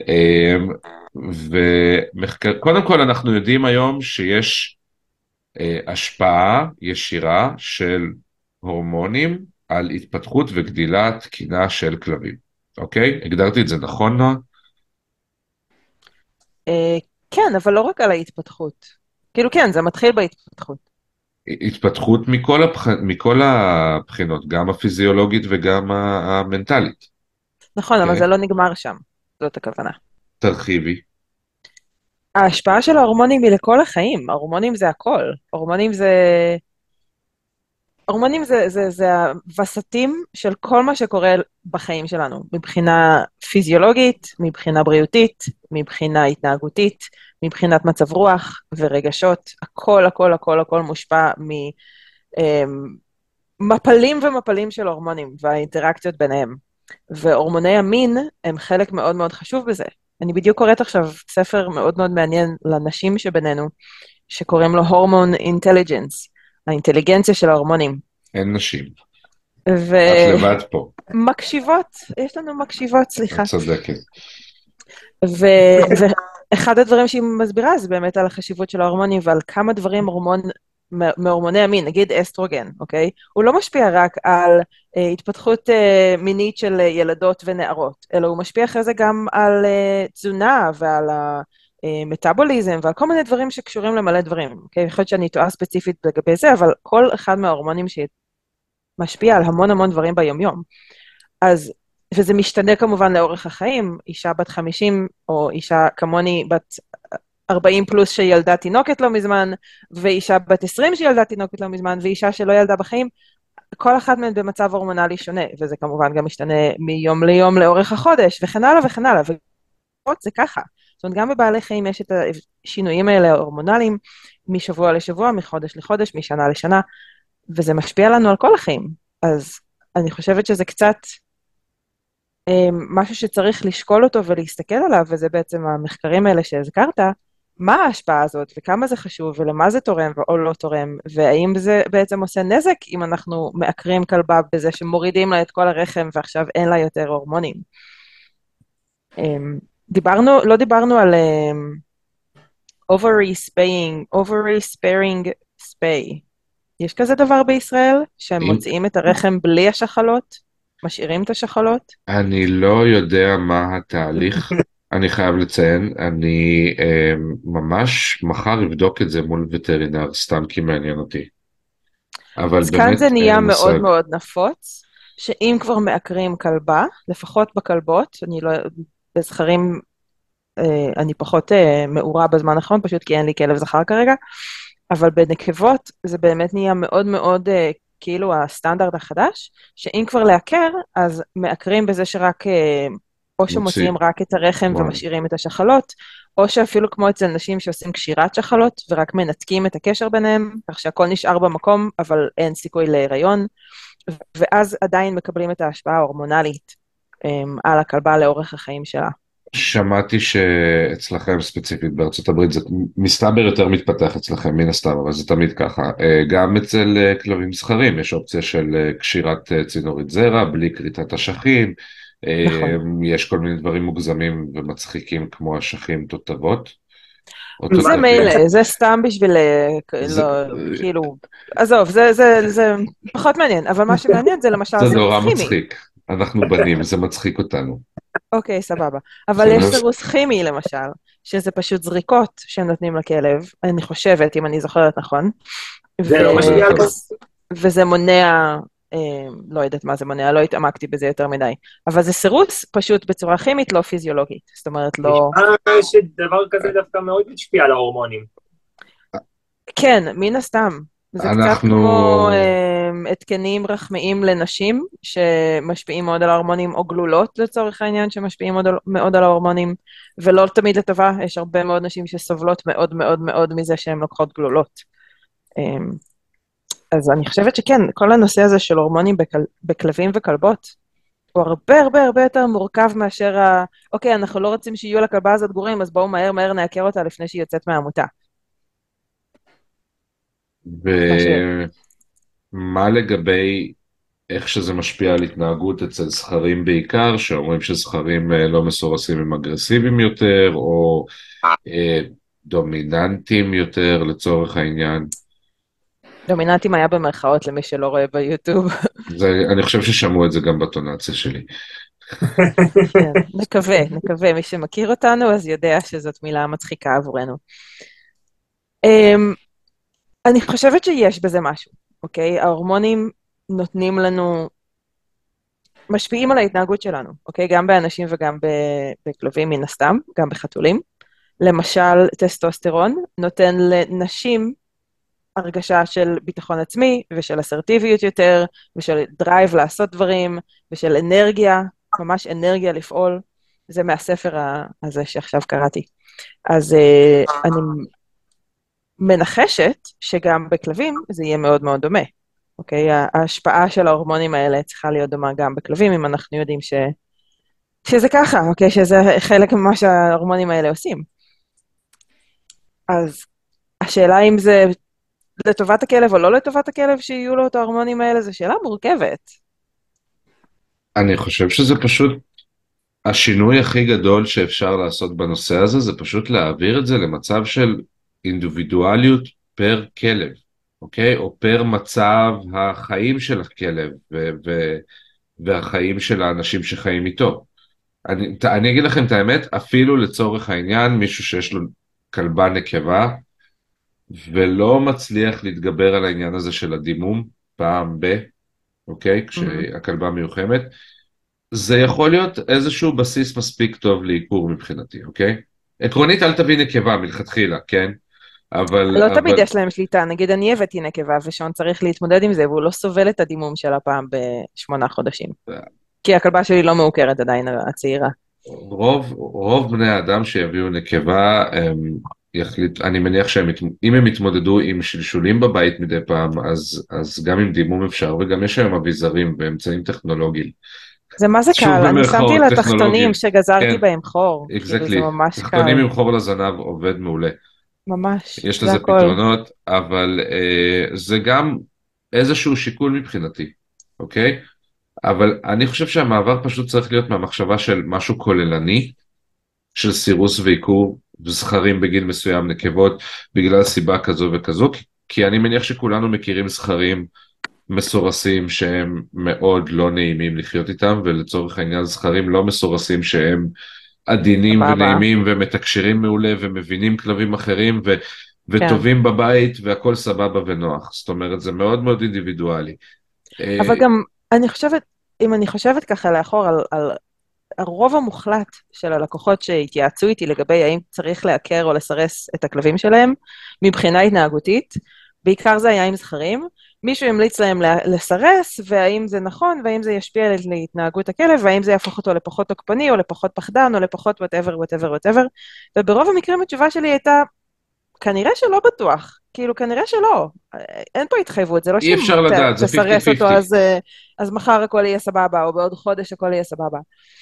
Speaker 1: וקודם כל אנחנו יודעים היום שיש השפעה ישירה של הורמונים על התפתחות וגדילה תקינה של כלבים. אוקיי? הגדרתי את זה נכון, נועה?
Speaker 5: אה, כן, אבל לא רק על ההתפתחות. כאילו כן, זה מתחיל בהתפתחות.
Speaker 1: התפתחות מכל, הבח... מכל הבחינות, גם הפיזיולוגית וגם ה- המנטלית.
Speaker 5: נכון, אבל
Speaker 1: אוקיי?
Speaker 5: זה לא נגמר שם. זאת הכוונה.
Speaker 1: תרחיבי.
Speaker 5: ההשפעה של ההורמונים היא לכל החיים. ההורמונים זה הכל. הורמונים זה... הורמונים זה, זה, זה הווסתים של כל מה שקורה בחיים שלנו, מבחינה פיזיולוגית, מבחינה בריאותית, מבחינה התנהגותית, מבחינת מצב רוח ורגשות. הכל, הכל, הכל, הכל מושפע ממפלים ומפלים של הורמונים והאינטראקציות ביניהם. והורמוני המין הם חלק מאוד מאוד חשוב בזה. אני בדיוק קוראת עכשיו ספר מאוד מאוד מעניין לנשים שבינינו, שקוראים לו הורמון אינטליג'נס, האינטליגנציה של ההורמונים.
Speaker 1: אין נשים. את לבד פה.
Speaker 5: ומקשיבות, יש לנו מקשיבות, סליחה.
Speaker 1: את צודקת.
Speaker 5: ו... ואחד הדברים שהיא מסבירה זה באמת על החשיבות של ההורמונים ועל כמה דברים הורמון, מהורמוני המין, נגיד אסטרוגן, אוקיי? הוא לא משפיע רק על אה, התפתחות אה, מינית של ילדות ונערות, אלא הוא משפיע אחרי זה גם על אה, תזונה ועל המטאבוליזם ועל כל מיני דברים שקשורים למלא דברים, אוקיי? יכול להיות שאני טועה ספציפית לגבי זה, אבל כל אחד מההורמונים שמשפיע על המון המון דברים ביומיום. אז, וזה משתנה כמובן לאורך החיים, אישה בת חמישים או אישה כמוני בת ארבעים פלוס שילדה תינוקת לא מזמן, ואישה בת עשרים שילדה תינוקת לא מזמן, ואישה שלא ילדה בחיים, כל אחת מהן במצב הורמונלי שונה, וזה כמובן גם משתנה מיום ליום לאורך החודש, וכן הלאה וכן הלאה, וזה ככה. זאת אומרת, גם בבעלי חיים יש את השינויים האלה ההורמונליים, משבוע לשבוע, מחודש לחודש, משנה לשנה, וזה משפיע לנו על כל החיים. אז אני חושבת שזה קצת משהו שצריך לשקול אותו ולהסתכל עליו, וזה בעצם המחקרים האלה שהזכרת, מה ההשפעה הזאת, וכמה זה חשוב, ולמה זה תורם או לא תורם, והאם זה בעצם עושה נזק אם אנחנו מעקרים כלבה בזה שמורידים לה את כל הרחם, ועכשיו אין לה יותר הורמונים. דיברנו, לא דיברנו על ovary spaying, ovary sparing spay. יש כזה דבר בישראל, שהם מוציאים את הרחם בלי השחלות, משאירים את השחלות?
Speaker 1: אני לא יודע מה התהליך. אני חייב לציין, אני אה, ממש מחר אבדוק את זה מול וטרינר, סתם כי מעניין אותי. אבל
Speaker 5: אז
Speaker 1: באמת,
Speaker 5: כאן זה נהיה
Speaker 1: אין
Speaker 5: מאוד
Speaker 1: מושג.
Speaker 5: מאוד נפוץ, שאם כבר מעקרים כלבה, לפחות בכלבות, אני לא, בזכרים, אה, אני פחות אה, מעורה בזמן האחרון, פשוט כי אין לי כלב זכר כרגע, אבל בנקבות זה באמת נהיה מאוד מאוד אה, כאילו הסטנדרט החדש, שאם כבר לעקר, אז מעקרים בזה שרק... אה, או שמוציאים רק את הרחם
Speaker 1: וואי.
Speaker 5: ומשאירים את השחלות, או שאפילו כמו אצל נשים שעושים קשירת שחלות, ורק מנתקים את הקשר ביניהם, כך שהכל נשאר במקום, אבל אין סיכוי להיריון, ואז עדיין מקבלים את ההשפעה ההורמונלית um, על הכלבה לאורך החיים שלה.
Speaker 1: שמעתי שאצלכם ספציפית בארצות הברית, זה מסתבר יותר מתפתח אצלכם, מן הסתם, אבל זה תמיד ככה. גם אצל כלבים זכרים יש אופציה של קשירת צינורית זרע, בלי כריתת אשכים,
Speaker 5: נכון.
Speaker 1: יש כל מיני דברים מוגזמים ומצחיקים כמו אשכים תותבות.
Speaker 5: זה מילא, זה סתם בשביל,
Speaker 1: זה-
Speaker 5: לא, כאילו, עזוב, זה, זה, זה פחות מעניין, אבל מה שמעניין זה למשל
Speaker 1: זה
Speaker 5: סירוס
Speaker 1: נורא
Speaker 5: כימי.
Speaker 1: מצחיק, אנחנו בנים, זה מצחיק אותנו.
Speaker 5: אוקיי, סבבה. אבל יש
Speaker 1: בסדר.
Speaker 5: סירוס כימי למשל, שזה פשוט זריקות שהם נותנים לכלב, אני חושבת, אם אני זוכרת נכון.
Speaker 4: זה
Speaker 5: ו-
Speaker 4: לא משפיע על כל...
Speaker 5: וזה מונע, אה, לא יודעת מה זה מונע, לא התעמקתי בזה יותר מדי, אבל זה סירוס פשוט בצורה כימית, לא פיזיולוגית. זאת אומרת, לא...
Speaker 4: נשמע שדבר כזה דווקא מאוד משפיע על ההורמונים.
Speaker 5: כן, מן הסתם. זה קצת
Speaker 1: אנחנו-
Speaker 5: כמו אה, התקנים רחמיים לנשים, שמשפיעים מאוד על ההורמונים, או גלולות לצורך העניין, שמשפיעים מאוד על, מאוד על ההורמונים, ולא תמיד לטובה, יש הרבה מאוד נשים שסובלות מאוד מאוד מאוד מזה שהן לוקחות גלולות. אה, אז אני חושבת שכן, כל הנושא הזה של הורמונים בכל, בכלבים וכלבות, הוא הרבה הרבה הרבה יותר מורכב מאשר ה... אוקיי, אנחנו לא רוצים שיהיו לכלבה הזאת גורים, אז בואו מהר מהר נעקר אותה לפני שהיא יוצאת מהעמותה.
Speaker 1: ומה לגבי איך שזה משפיע על התנהגות אצל זכרים בעיקר, שאומרים שזכרים אה, לא מסורסים הם אגרסיביים יותר, או אה, דומיננטיים יותר לצורך העניין.
Speaker 5: דומיננטים היה במרכאות למי שלא רואה ביוטיוב.
Speaker 1: זה, אני חושב ששמעו את זה גם בטונציה שלי.
Speaker 5: כן, נקווה, נקווה. מי שמכיר אותנו אז יודע שזאת מילה מצחיקה עבורנו. אמ, אני חושבת שיש בזה משהו, אוקיי? ההורמונים נותנים לנו, משפיעים על ההתנהגות שלנו, אוקיי? גם באנשים וגם ב- בכלבים מן הסתם, גם בחתולים. למשל, טסטוסטרון נותן לנשים הרגשה של ביטחון עצמי ושל אסרטיביות יותר, ושל דרייב לעשות דברים, ושל אנרגיה, ממש אנרגיה לפעול. זה מהספר ה- הזה שעכשיו קראתי. אז אה, אני מנחשת שגם בכלבים זה יהיה מאוד מאוד דומה. אוקיי? ההשפעה של ההורמונים האלה צריכה להיות דומה גם בכלבים, אם אנחנו יודעים ש... שזה ככה, אוקיי? שזה חלק ממה שההורמונים האלה עושים. אז השאלה אם זה לטובת הכלב או לא לטובת הכלב שיהיו לו את ההורמונים האלה, זו שאלה מורכבת.
Speaker 1: אני חושב שזה פשוט השינוי הכי גדול שאפשר לעשות בנושא הזה, זה פשוט להעביר את זה למצב של אינדיבידואליות פר כלב, אוקיי? או פר מצב החיים של הכלב ו- ו- והחיים של האנשים שחיים איתו. אני, אני אגיד לכם את האמת, אפילו לצורך העניין, מישהו שיש לו כלבה נקבה, ולא מצליח להתגבר על העניין הזה של הדימום, פעם ב, אוקיי? כשהכלבה מיוחמת, זה יכול להיות איזשהו בסיס מספיק טוב לעיקור מבחינתי, אוקיי? עקרונית אל תביא נקבה מלכתחילה, כן? אבל...
Speaker 5: לא
Speaker 1: אבל...
Speaker 5: תמיד יש להם שליטה, נגיד אני הבאתי נקבה ושון צריך להתמודד עם זה, והוא לא סובל את הדימום שלה פעם בשמונה חודשים. כי הכלבה שלי לא מעוקרת עדיין, הצעירה.
Speaker 1: רוב, רוב בני האדם שיביאו נקבה, הם יחליט, אני מניח שאם הם יתמודדו עם שלשולים בבית מדי פעם, אז, אז גם עם דימום אפשר, וגם יש היום אביזרים באמצעים טכנולוגיים.
Speaker 5: זה מה זה קל, אני שמתי לה תחתונים שגזרתי
Speaker 1: כן,
Speaker 5: בהם חור, כאילו זה ממש קל.
Speaker 1: תחתונים עם חור לזנב עובד מעולה.
Speaker 5: ממש,
Speaker 1: יש
Speaker 5: זה
Speaker 1: לזה
Speaker 5: הכל.
Speaker 1: פתרונות, אבל אה, זה גם איזשהו שיקול מבחינתי, אוקיי? אבל אני חושב שהמעבר פשוט צריך להיות מהמחשבה של משהו כוללני, של סירוס ועיקור זכרים בגיל מסוים, נקבות, בגלל סיבה כזו וכזו, כי אני מניח שכולנו מכירים זכרים מסורסים שהם מאוד לא נעימים לחיות איתם, ולצורך העניין זכרים לא מסורסים שהם עדינים ונעימים ומתקשרים מעולה ומבינים כלבים אחרים ו... וטובים בבית והכל סבבה ונוח. זאת אומרת, זה מאוד מאוד אינדיבידואלי.
Speaker 5: אבל גם, אני חושבת, אם אני חושבת ככה לאחור על, על הרוב המוחלט של הלקוחות שהתייעצו איתי לגבי האם צריך לעקר או לסרס את הכלבים שלהם, מבחינה התנהגותית, בעיקר זה היה עם זכרים, מישהו המליץ להם לסרס, והאם זה נכון, והאם זה ישפיע על התנהגות הכלב, והאם זה יהפוך אותו לפחות תוקפני, או לפחות פחדן, או לפחות whatever, whatever, whatever, וברוב המקרים התשובה שלי הייתה, כנראה שלא בטוח, כאילו כנראה שלא, אין פה התחייבות, זה לא
Speaker 1: אי אפשר לדעת, זה חמישים
Speaker 5: תסרס
Speaker 1: חמישים.
Speaker 5: אותו, אז, אז מחר הכל יהיה סבבה, או בעוד חודש הכל יהיה סבבה.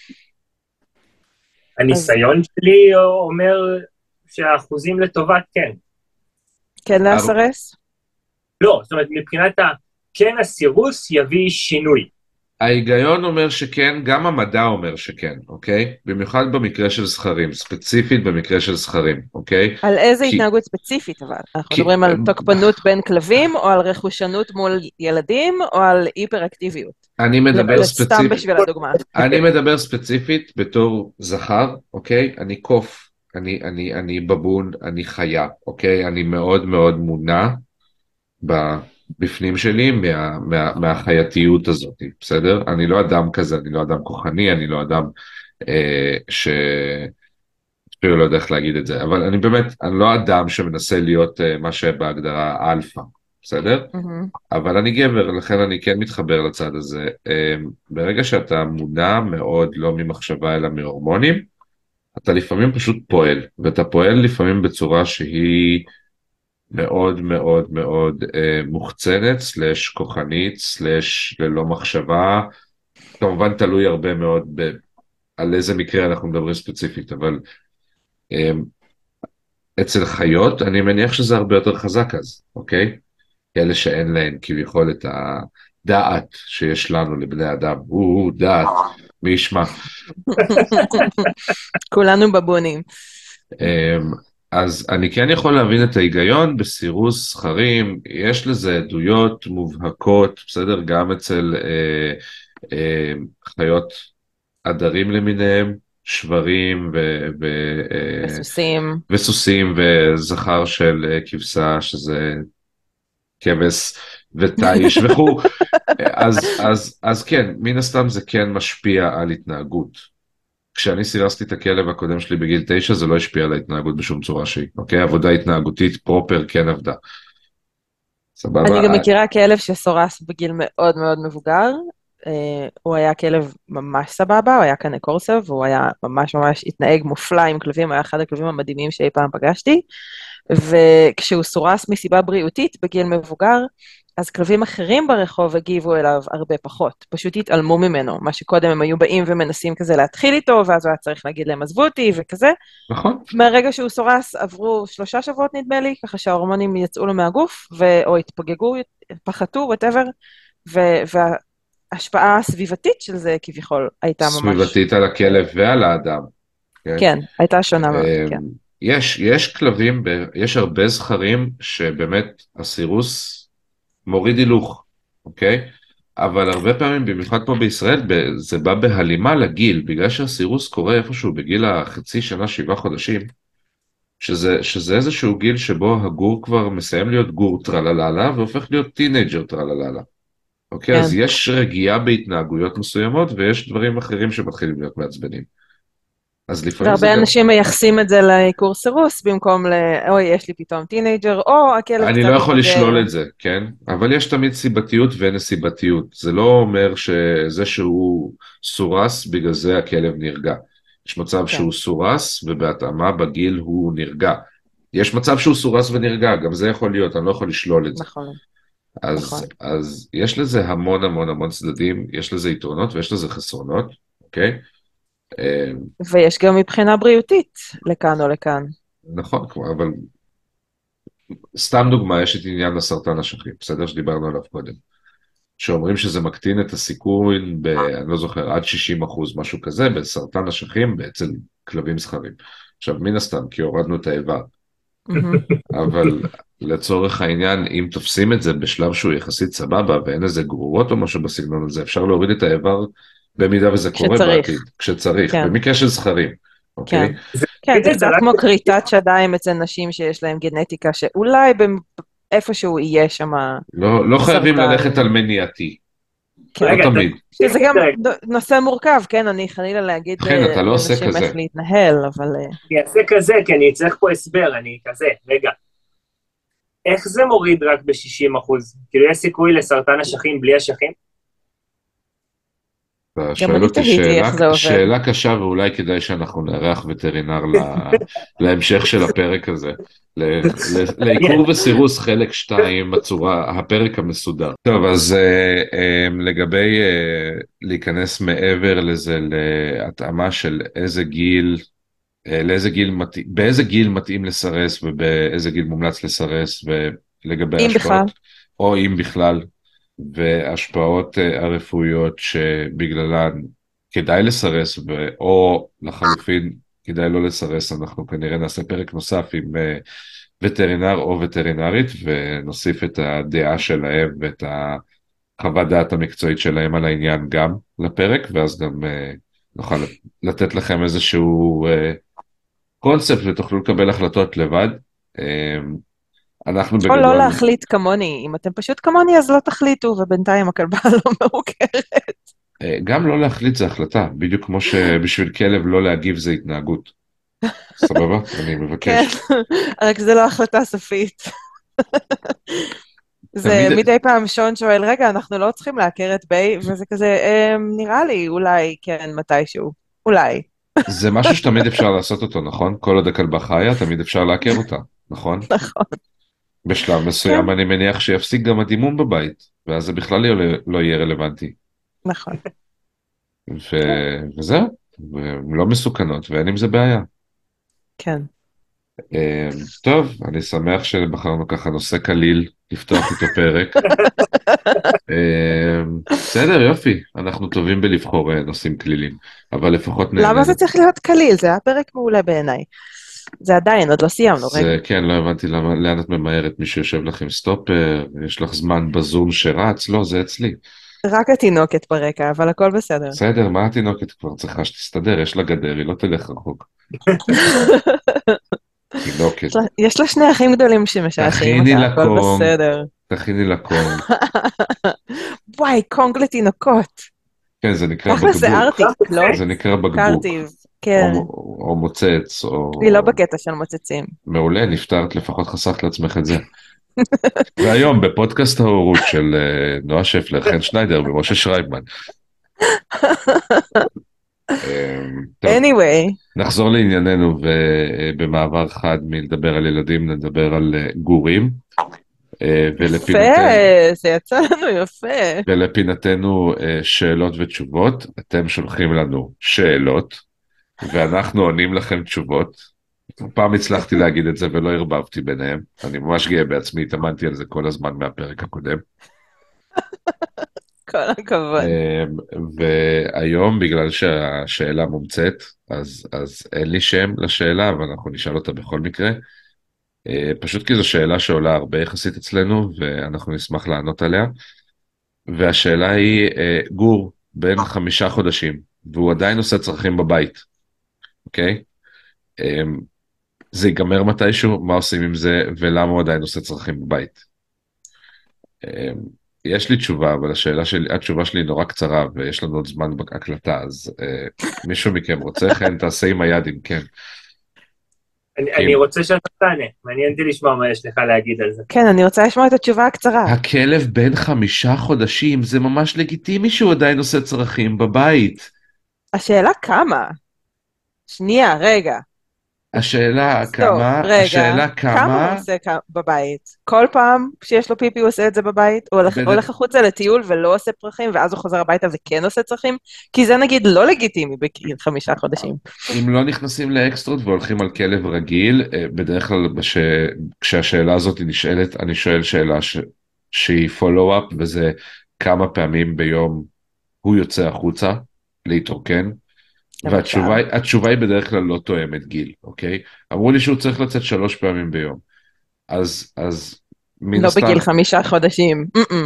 Speaker 4: הניסיון שלי אומר שהאחוזים לטובת כן.
Speaker 5: כן להסרס?
Speaker 4: לא, זאת אומרת, מבחינת ה... כן הסירוס יביא שינוי.
Speaker 1: ההיגיון אומר שכן, גם המדע אומר שכן, אוקיי? במיוחד במקרה של זכרים, ספציפית במקרה של זכרים, אוקיי?
Speaker 5: על איזה
Speaker 1: כי...
Speaker 5: התנהגות ספציפית אבל? אנחנו
Speaker 1: כי...
Speaker 5: מדברים על תוקפנות בין כלבים, או על רכושנות מול ילדים, או על היפר-אקטיביות?
Speaker 1: אני מדבר ספציפית...
Speaker 5: סתם בשביל הדוגמה.
Speaker 1: אני מדבר ספציפית בתור זכר, אוקיי? אני קוף, אני, אני, אני בבון, אני חיה, אוקיי? אני מאוד מאוד מונע בפנים שלי מה, מה, מהחייתיות הזאת, בסדר? אני לא אדם כזה, אני לא אדם כוחני, אני לא אדם אה, ש... אפילו לא יודע איך להגיד את זה, אבל אני באמת, אני לא אדם שמנסה להיות אה, מה שבהגדרה אלפא, בסדר?
Speaker 5: Mm-hmm.
Speaker 1: אבל אני גבר, לכן אני כן מתחבר לצד הזה. ברגע שאתה מונע מאוד לא ממחשבה אלא מהורמונים, אתה לפעמים פשוט פועל, ואתה פועל לפעמים בצורה שהיא מאוד מאוד מאוד אה, מוחצנת, סלש כוחנית, סלש ללא מחשבה, כמובן תלוי הרבה מאוד ב, על איזה מקרה אנחנו מדברים ספציפית, אבל אה, אצל חיות אני מניח שזה הרבה יותר חזק אז, אוקיי? כאלה שאין להן כביכול את הדעת שיש לנו לבני אדם, הוא דעת, מי ישמע.
Speaker 5: כולנו בבונים.
Speaker 1: אז אני כן יכול להבין את ההיגיון בסירוס זכרים, יש לזה עדויות מובהקות, בסדר, גם אצל אה, אה, חיות עדרים למיניהם, שברים ו... ו... אה,
Speaker 5: וסוסים.
Speaker 1: וסוסים וזכר של אה, כבשה, שזה כבש ותיש וכו'. אז, אז, אז כן, מן הסתם זה כן משפיע על התנהגות. כשאני סירסתי את הכלב הקודם שלי בגיל תשע, זה לא השפיע על ההתנהגות בשום צורה שהיא, אוקיי? עבודה התנהגותית פרופר כן עבדה. סבבה?
Speaker 5: אני גם מכירה כלב שסורס בגיל מאוד מאוד מבוגר, אה, הוא היה כלב ממש סבבה, הוא היה קנה קורסב, והוא היה ממש ממש התנהג מופלא עם כלבים, היה אחד הכלבים המדהימים שאי פעם פגשתי, וכשהוא סורס מסיבה בריאותית בגיל מבוגר, אז כלבים אחרים ברחוב הגיבו אליו הרבה פחות, פשוט התעלמו ממנו, מה שקודם הם היו באים ומנסים כזה להתחיל איתו, ואז הוא היה צריך להגיד להם עזבו אותי וכזה.
Speaker 1: נכון.
Speaker 5: מהרגע שהוא סורס עברו שלושה שבועות נדמה לי, ככה שההורמונים יצאו לו מהגוף, ו... או התפגגו, פחתו, whatever, ו... וההשפעה הסביבתית של זה כביכול הייתה ממש...
Speaker 1: סביבתית על הכלב ועל האדם. כן,
Speaker 5: כן, הייתה שונה מאוד,
Speaker 1: אמ,
Speaker 5: כן.
Speaker 1: יש, יש כלבים, ב- יש הרבה זכרים שבאמת הסירוס מוריד הילוך, אוקיי? אבל הרבה פעמים, במיוחד פה בישראל, ב- זה בא בהלימה לגיל, בגלל שהסירוס קורה איפשהו בגיל החצי שנה, שבעה חודשים, שזה, שזה איזשהו גיל שבו הגור כבר מסיים להיות גור טרלללה, והופך להיות טינג'ר טרלללה. אוקיי?
Speaker 5: כן.
Speaker 1: אז יש רגיעה בהתנהגויות מסוימות, ויש דברים אחרים שמתחילים להיות מעצבנים. אז לפעמים זה
Speaker 5: והרבה
Speaker 1: גם...
Speaker 5: אנשים מייחסים את זה לעיקור סירוס, במקום ל... אוי, יש לי פתאום טינג'ר, או הכלב
Speaker 1: אני
Speaker 5: קצת
Speaker 1: לא יכול
Speaker 5: מתבגר.
Speaker 1: לשלול את זה, כן? אבל יש תמיד סיבתיות ונסיבתיות. זה לא אומר שזה שהוא סורס, בגלל זה הכלב נרגע. יש מצב
Speaker 5: כן.
Speaker 1: שהוא סורס, ובהתאמה בגיל הוא נרגע. יש מצב שהוא סורס ונרגע, גם זה יכול להיות, אני לא יכול לשלול את זה.
Speaker 5: נכון.
Speaker 1: אז,
Speaker 5: נכון.
Speaker 1: אז יש לזה המון המון המון צדדים, יש לזה יתרונות ויש לזה חסרונות, אוקיי? אה,
Speaker 5: ויש גם מבחינה בריאותית, לכאן או לכאן.
Speaker 1: נכון, כמו- אבל סתם דוגמה, יש את עניין הסרטן השכיח, בסדר שדיברנו עליו קודם, שאומרים שזה מקטין את הסיכוי, ב, אני לא זוכר, עד שישים אחוז, משהו כזה, בסרטן השכיח אצל כלבים זכרים. עכשיו, מן הסתם, כי הורדנו את האיבר,
Speaker 5: מהמם.
Speaker 1: אבל לצורך העניין, אם תופסים את זה בשלב שהוא יחסית סבבה, ואין איזה גרורות או משהו בסגנון הזה, אפשר להוריד את האיבר במידה וזה קורה
Speaker 5: כשצריך.
Speaker 1: בעתיד, כשצריך,
Speaker 5: כן.
Speaker 1: במקרה של זכרים, אוקיי?
Speaker 5: כן. כן, זה
Speaker 4: זה
Speaker 5: קצת
Speaker 4: רק-
Speaker 5: כמו כריתת שדיים אצל נשים שיש להם גנטיקה, שאולי במ- איפשהו יהיה שם...
Speaker 1: לא, לא חייבים
Speaker 5: סרטן.
Speaker 1: ללכת על מניעתי,
Speaker 5: כן.
Speaker 1: לא
Speaker 4: רגע,
Speaker 1: תמיד.
Speaker 5: שזה גם
Speaker 4: רגע.
Speaker 5: ד- נושא מורכב, כן, אני חלילה להגיד
Speaker 1: כן,
Speaker 5: ל-
Speaker 1: אתה לא עושה
Speaker 5: לנשים
Speaker 1: כזה.
Speaker 5: איך להתנהל, אבל... אה,
Speaker 4: אני אעשה כזה, כי אני צריך פה הסבר, אני כזה, רגע. איך זה מוריד רק ב-שישים אחוז? כאילו יש סיכוי לסרטן אשכים בלי אשכים?
Speaker 1: אתה שואל
Speaker 5: אני
Speaker 1: אותי
Speaker 5: תהיתי
Speaker 1: שאלה,
Speaker 5: איך זה עובד.
Speaker 1: שאלה קשה, ואולי כדאי שאנחנו נארח וטרינר ל- להמשך של הפרק הזה. ל- ל- לעיקור וסירוס חלק שתיים בצורה, הפרק המסודר. טוב, אז אה, אה, לגבי אה, להיכנס מעבר לזה להתאמה של איזה גיל, אה, לאיזה גיל מתאים, באיזה גיל מתאים לסרס ובאיזה גיל מומלץ לסרס, ולגבי
Speaker 5: אם
Speaker 1: ההשפעות,
Speaker 5: בכלל.
Speaker 1: או אם בכלל, והשפעות אה, הרפואיות שבגללן כדאי לסרס, ו- או לחלופין כדאי לא לסרס. אנחנו כנראה נעשה פרק נוסף עם אה, וטרינר או וטרינרית, ונוסיף את הדעה שלהם ואת החוות דעת המקצועית שלהם על העניין גם לפרק, ואז גם אה, נוכל לתת לכם איזשהו אה, קונספט ותוכלו לקבל החלטות לבד. אה, אנחנו
Speaker 5: או
Speaker 1: בגדול...
Speaker 5: לא להחליט כמוני, אם אתם פשוט כמוני אז לא תחליטו, ובינתיים הכלבה לא מעוקרת.
Speaker 1: אה, גם לא להחליט זה החלטה, בדיוק כמו שבשביל כלב לא להגיב זה התנהגות. סבבה? אני
Speaker 5: כן,
Speaker 1: מבקש.
Speaker 5: רק זה לא החלטה סופית. זה
Speaker 1: תמיד-
Speaker 5: מדי פעם שון שואל, רגע, אנחנו לא צריכים לעקר את ביי, וזה כזה, "אמ, נראה לי, אולי, כן, מתישהו, אולי."
Speaker 1: זה משהו שתמיד אפשר לעשות אותו, נכון? כל עוד הכלבה חיה, תמיד אפשר לעקר אותה, נכון?
Speaker 5: נכון.
Speaker 1: בשלב מסוים אני מניח שיפסיק גם הדימום בבית, ואז זה בכלל לא- לא יהיה רלוונטי.
Speaker 5: נכון.
Speaker 1: ו- וזהו, והן לא מסוכנות, ואין עם זה בעיה.
Speaker 5: כן.
Speaker 1: אה, טוב, אני שמח שבחרנו ככה נושא קליל, לפתוח איתו פרק. אה, בסדר, יופי, אנחנו טובים בלבחור אה, נושאים קלילים, אבל לפחות נהנינו.
Speaker 5: למה זה צריך להיות קליל? זה היה פרק מעולה בעיניי. זה עדיין, עוד לא סיימנו, רגע.
Speaker 1: זה, כן, לא הבנתי למה, לאן את ממהרת, מישהו יושב לך עם סטופר, יש לך זמן בזום שרץ, לא, זה אצלי.
Speaker 5: רק התינוקת ברקע, אבל הכל בסדר.
Speaker 1: בסדר, מה התינוקת כבר צריכה שתסתדר? יש לה גדר, היא לא תלך רחוק. תינוקת.
Speaker 5: יש לה- יש לה שני אחים גדולים שמשעשעים
Speaker 1: תכיני
Speaker 5: אותה,
Speaker 1: לה
Speaker 5: הכל
Speaker 1: קום.
Speaker 5: בסדר.
Speaker 1: תכיני לה קום.
Speaker 5: וואי, קונג לתינוקות.
Speaker 1: כן, זה נקרא
Speaker 5: תכל'ס זה
Speaker 1: בקבוק.
Speaker 5: ארטיק, לא?
Speaker 1: זה נקרא בקבוק.
Speaker 5: קרטיב, כן.
Speaker 1: או, או מוצץ, או...
Speaker 5: היא לא בקטע של מוצצים.
Speaker 1: מעולה, נפטרת, לפחות חסכת לעצמך את זה. והיום בפודקאסט ההורות של uh, נועה שפלר, חן שניידר ומשה שרייבמן. um, טוב,
Speaker 5: anyway,
Speaker 1: נחזור לענייננו, ובמעבר חד מלדבר על ילדים, נדבר על uh, גורים. Uh, ולפינתנו,
Speaker 5: יפה, זה יצא לנו יפה.
Speaker 1: ולפינתנו uh, שאלות ותשובות. אתם שולחים לנו שאלות, ואנחנו עונים לכם תשובות. פעם הצלחתי להגיד את זה ולא הרבבתי ביניהם. אני ממש גאה בעצמי, התאמנתי על זה כל הזמן מהפרק הקודם.
Speaker 5: כל הכבוד.
Speaker 1: והיום, בגלל שהשאלה מומצאת, אז, אז אין לי שם לשאלה, אבל אנחנו נשאל אותה בכל מקרה. פשוט כי זו שאלה שעולה הרבה יחסית אצלנו, ואנחנו נשמח לענות עליה. והשאלה היא, גור בן חמישה חודשים, והוא עדיין עושה צרכים בבית, אוקיי? זה ייגמר מתישהו, מה עושים עם זה, ולמה הוא עדיין עושה צרכים בבית. יש לי תשובה, אבל השאלה שלי, התשובה שלי נורא קצרה, ויש לנו עוד זמן בהקלטה, אז מישהו מכם רוצה, כן, תעשה עם היד אם כן.
Speaker 4: אני רוצה שאתה תענה, מעניין אותי לשמוע מה יש לך להגיד על זה.
Speaker 5: כן, אני רוצה לשמוע את התשובה הקצרה.
Speaker 1: הכלב בן חמישה חודשים, זה ממש לגיטימי שהוא עדיין עושה צרכים בבית.
Speaker 5: השאלה כמה? שנייה, רגע.
Speaker 1: השאלה
Speaker 5: סטופ,
Speaker 1: כמה,
Speaker 5: רגע.
Speaker 1: השאלה
Speaker 5: כמה
Speaker 1: כמה,
Speaker 5: הוא עושה כ- בבית? כל פעם שיש לו פיפי הוא עושה את זה בבית? הוא הולך,
Speaker 1: בד-
Speaker 5: הולך החוצה לטיול ולא עושה צרכים, ואז הוא חוזר הביתה וכן עושה צרכים? כי זה נגיד לא לגיטימי בגיל חמישה חודשים.
Speaker 1: אם לא נכנסים לאקסטרות והולכים על כלב רגיל, בדרך כלל בש... כשהשאלה הזאת נשאלת, אני שואל שאלה ש... שהיא פולו-אפ, וזה כמה פעמים ביום הוא יוצא החוצה להתרוקן, והתשובה התשובה היא בדרך כלל לא תואמת גיל, אוקיי? אמרו לי שהוא צריך לצאת שלוש פעמים ביום. אז, אז מן
Speaker 5: לא
Speaker 1: הסתם...
Speaker 5: בגיל חמישה חודשים.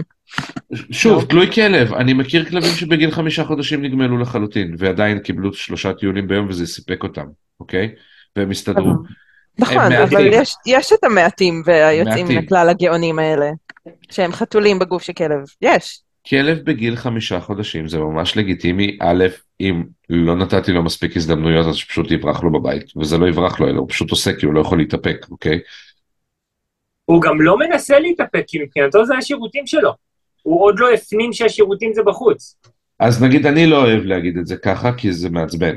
Speaker 1: שוב, תלוי כלב. אני מכיר כלבים שבגיל חמישה חודשים נגמלו לחלוטין, ועדיין קיבלו שלושה טיולים ביום, וזה סיפק אותם, אוקיי? והם הסתדרו.
Speaker 5: נכון,
Speaker 1: הם
Speaker 5: אבל
Speaker 1: מעטים.
Speaker 5: יש, יש את המעטים והיוצאים מן
Speaker 1: מעטים.
Speaker 5: הכלל הגאונים האלה, שהם חתולים בגוף של כלב. יש.
Speaker 1: כלב בגיל חמישה חודשים זה ממש לגיטימי. א', אם לא נתתי לו מספיק הזדמנויות, אז פשוט יברח לו בבית, וזה לא יברח לו, אלא הוא פשוט עושה כי הוא לא יכול להתאפק, אוקיי?
Speaker 4: הוא גם לא מנסה להתאפק, כי מבחינתו זה השירותים שלו. הוא עוד לא הפנים שהשירותים זה בחוץ.
Speaker 1: אז נגיד, אני לא אוהב להגיד את זה ככה, כי זה מעצבן.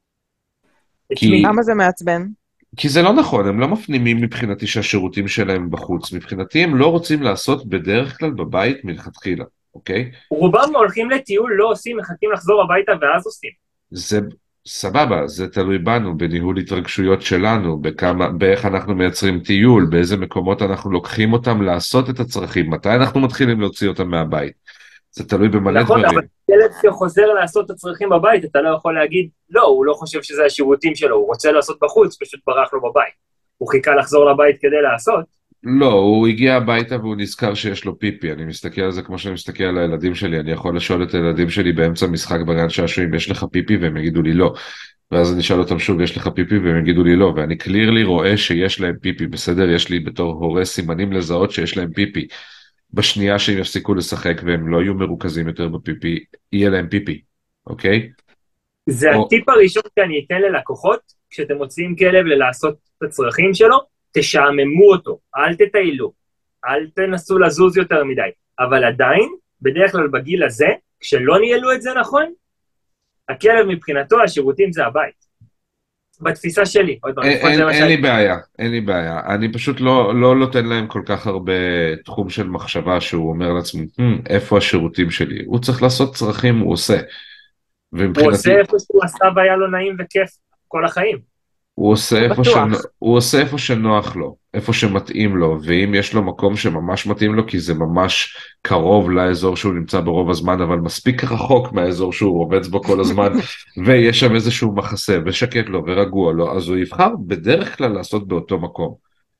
Speaker 1: כי,
Speaker 5: למה זה מעצבן?
Speaker 1: כי זה לא נכון, הם לא מפנימים מבחינתי שהשירותים שלהם בחוץ. מבחינתי הם לא רוצים לעשות בדרך כלל בבית מלכתחילה, אוקיי?
Speaker 4: רובם הולכים לטיול, לא עושים, מחכים לחזור הביתה ואז עושים.
Speaker 1: זה סבבה, זה תלוי בנו, בניהול התרגשויות שלנו, בכמה, באיך אנחנו מייצרים טיול, באיזה מקומות אנחנו לוקחים אותם לעשות את הצרכים, מתי אנחנו מתחילים להוציא אותם מהבית. זה תלוי במלא
Speaker 4: נכון,
Speaker 1: דברים.
Speaker 4: אבל ילד שחוזר לעשות את הצרכים בבית, אתה לא יכול להגיד, לא, הוא לא חושב שזה השירותים שלו, הוא רוצה לעשות בחוץ, פשוט ברח לו בבית. הוא חיכה לחזור לבית כדי לעשות.
Speaker 1: לא, הוא הגיע הביתה והוא נזכר שיש לו פיפי. אני מסתכל על זה כמו שאני מסתכל על הילדים שלי. אני יכול לשאול את הילדים שלי באמצע משחק בגן שעשועים, יש לך פיפי? והם יגידו לי לא. ואז אני אשאל אותם שוב, יש לך פיפי? והם יגידו לי לא. ואני קלירלי רואה שיש להם פיפי. בסדר? יש לי בתור הורה סימנים לזהות שיש להם פיפי. בשנייה שהם יפסיקו לשחק והם לא יהיו מרוכזים יותר בפיפי, יהיה להם פיפי. אוקיי?
Speaker 4: זה
Speaker 1: או...
Speaker 4: הטיפ הראשון שאני אתן ללקוחות, כשאתם מוצאים כלב ללעשות את הצרכים שלו, תשעממו אותו, אל תטיילו, אל תנסו לזוז יותר מדי, אבל עדיין, בדרך כלל בגיל הזה, כשלא ניהלו את זה נכון, הכלב מבחינתו, השירותים זה הבית. בתפיסה שלי, עוד פעם,
Speaker 1: אין, אין לי בעיה, אין לי בעיה, אני פשוט לא, לא נותן להם כל כך הרבה תחום של מחשבה שהוא אומר לעצמו, איפה השירותים שלי? הוא צריך לעשות צרכים, הוא עושה.
Speaker 4: הוא עושה איפה שהוא עשה והיה לו נעים וכיף כל החיים.
Speaker 1: הוא עושה, איפה שנ... הוא עושה איפה שנוח לו, איפה שמתאים לו, ואם יש לו מקום שממש מתאים לו, כי זה ממש קרוב לאזור שהוא נמצא ברוב הזמן, אבל מספיק רחוק מהאזור שהוא רובץ בו כל הזמן, ויש שם איזשהו מחסה, ושקט לו ורגוע לו, אז הוא יבחר בדרך כלל לעשות באותו מקום,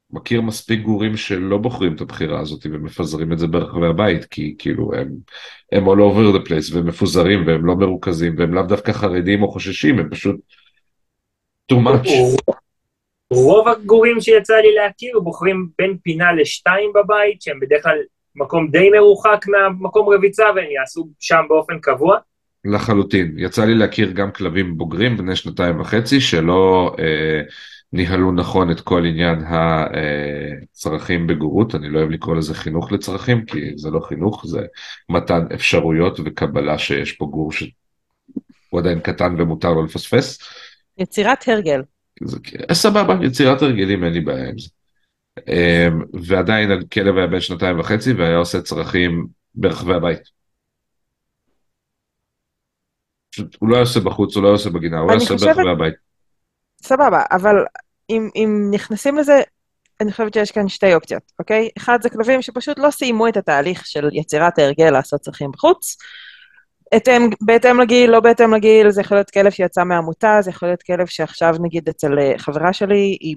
Speaker 1: מכיר מספיק גורים שלא בוחרים את הבחירה הזאת ומפזרים את זה ברחבי הבית, כי כאילו הם, הם all over the place והם מפוזרים והם לא מרוכזים והם לאו דווקא חרדים או חוששים, הם פשוט too much.
Speaker 4: רוב הגורים שיצא לי להכיר בוחרים בין פינה לשתיים בבית, שהם בדרך כלל מקום די מרוחק מהמקום רביצה, והם יעשו שם באופן קבוע.
Speaker 1: לחלוטין. יצא לי להכיר גם כלבים בוגרים בני שנתיים וחצי, שלא אה, ניהלו נכון את כל עניין הצרכים בגורות. אני לא אוהב לקרוא לזה חינוך לצרכים, כי זה לא חינוך, זה מתן אפשרויות וקבלה שיש פה גור שהוא עדיין קטן ומותר לו לפספס.
Speaker 5: יצירת הרגל.
Speaker 1: זה, סבבה, יצירת הרגלים, אין לי בעיה עם זה. ועדיין הכלב היה בן שנתיים וחצי, והיה עושה צרכים ברחבי הבית. פשוט, הוא לא היה עושה בחוץ, הוא לא היה עושה בגינה, הוא היה עושה
Speaker 5: חושבת...
Speaker 1: ברחבי הבית.
Speaker 5: סבבה, אבל אם, אם נכנסים לזה, אני חושבת שיש כאן שתי אופציות, אוקיי? אחד זה כלבים שפשוט לא סיימו את התהליך של יצירת ההרגל לעשות צרכים בחוץ, בהתאם, בהתאם לגיל, לא בהתאם לגיל, זה יכול להיות כלב שיצא מהעמותה, זה יכול להיות כלב שעכשיו נגיד אצל חברה שלי, היא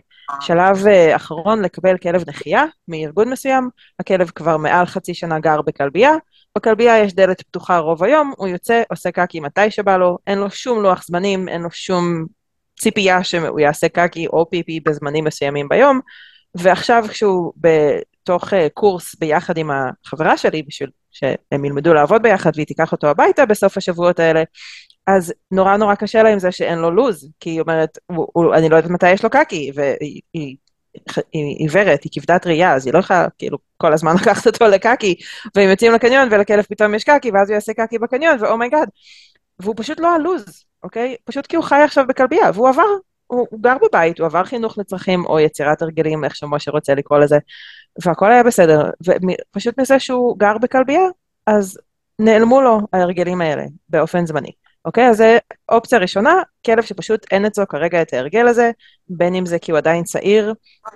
Speaker 5: בשלב אחרון לקבל כלב נחייה מארגון מסוים, הכלב כבר מעל חצי שנה גר בכלבייה, בכלבייה יש דלת פתוחה רוב היום, הוא יוצא, עושה קקי מתי שבא לו, אין לו שום לוח זמנים, אין לו שום ציפייה שהוא יעשה קקי או פיפי בזמנים מסוימים ביום, ועכשיו כשהוא בתוך קורס ביחד עם החברה שלי, בשביל שהם ילמדו לעבוד ביחד והיא תיקח אותו הביתה בסוף השבועות האלה, אז נורא נורא קשה לה עם זה שאין לו לוז, כי היא אומרת, הוא, הוא, אני לא יודעת מתי יש לו קקי, והיא היא, היא עיוורת, היא כבדת ראייה, אז היא לא יכולה כאילו כל הזמן לקחת אותו לקקי, והם יוצאים לקניון ולכלב פתאום יש קקי, ואז הוא יעשה קקי בקניון, ואומייגאד, והוא פשוט לא הלוז, אוקיי? פשוט כי הוא חי עכשיו בכלבייה, והוא עבר, הוא, הוא גר בבית, הוא עבר חינוך לצרכים, או יצירת הרגלים, איך שמשה רוצה לקרוא לזה, והכל היה בסדר, ופשוט מזה שהוא גר בכלבייה, אז נעלמו לו ההרגלים האלה, באופן זמני, אוקיי? אז זה אופציה ראשונה, כלב שפשוט אין אצלו כרגע את ההרגל הזה, בין אם זה כי הוא עדיין צעיר,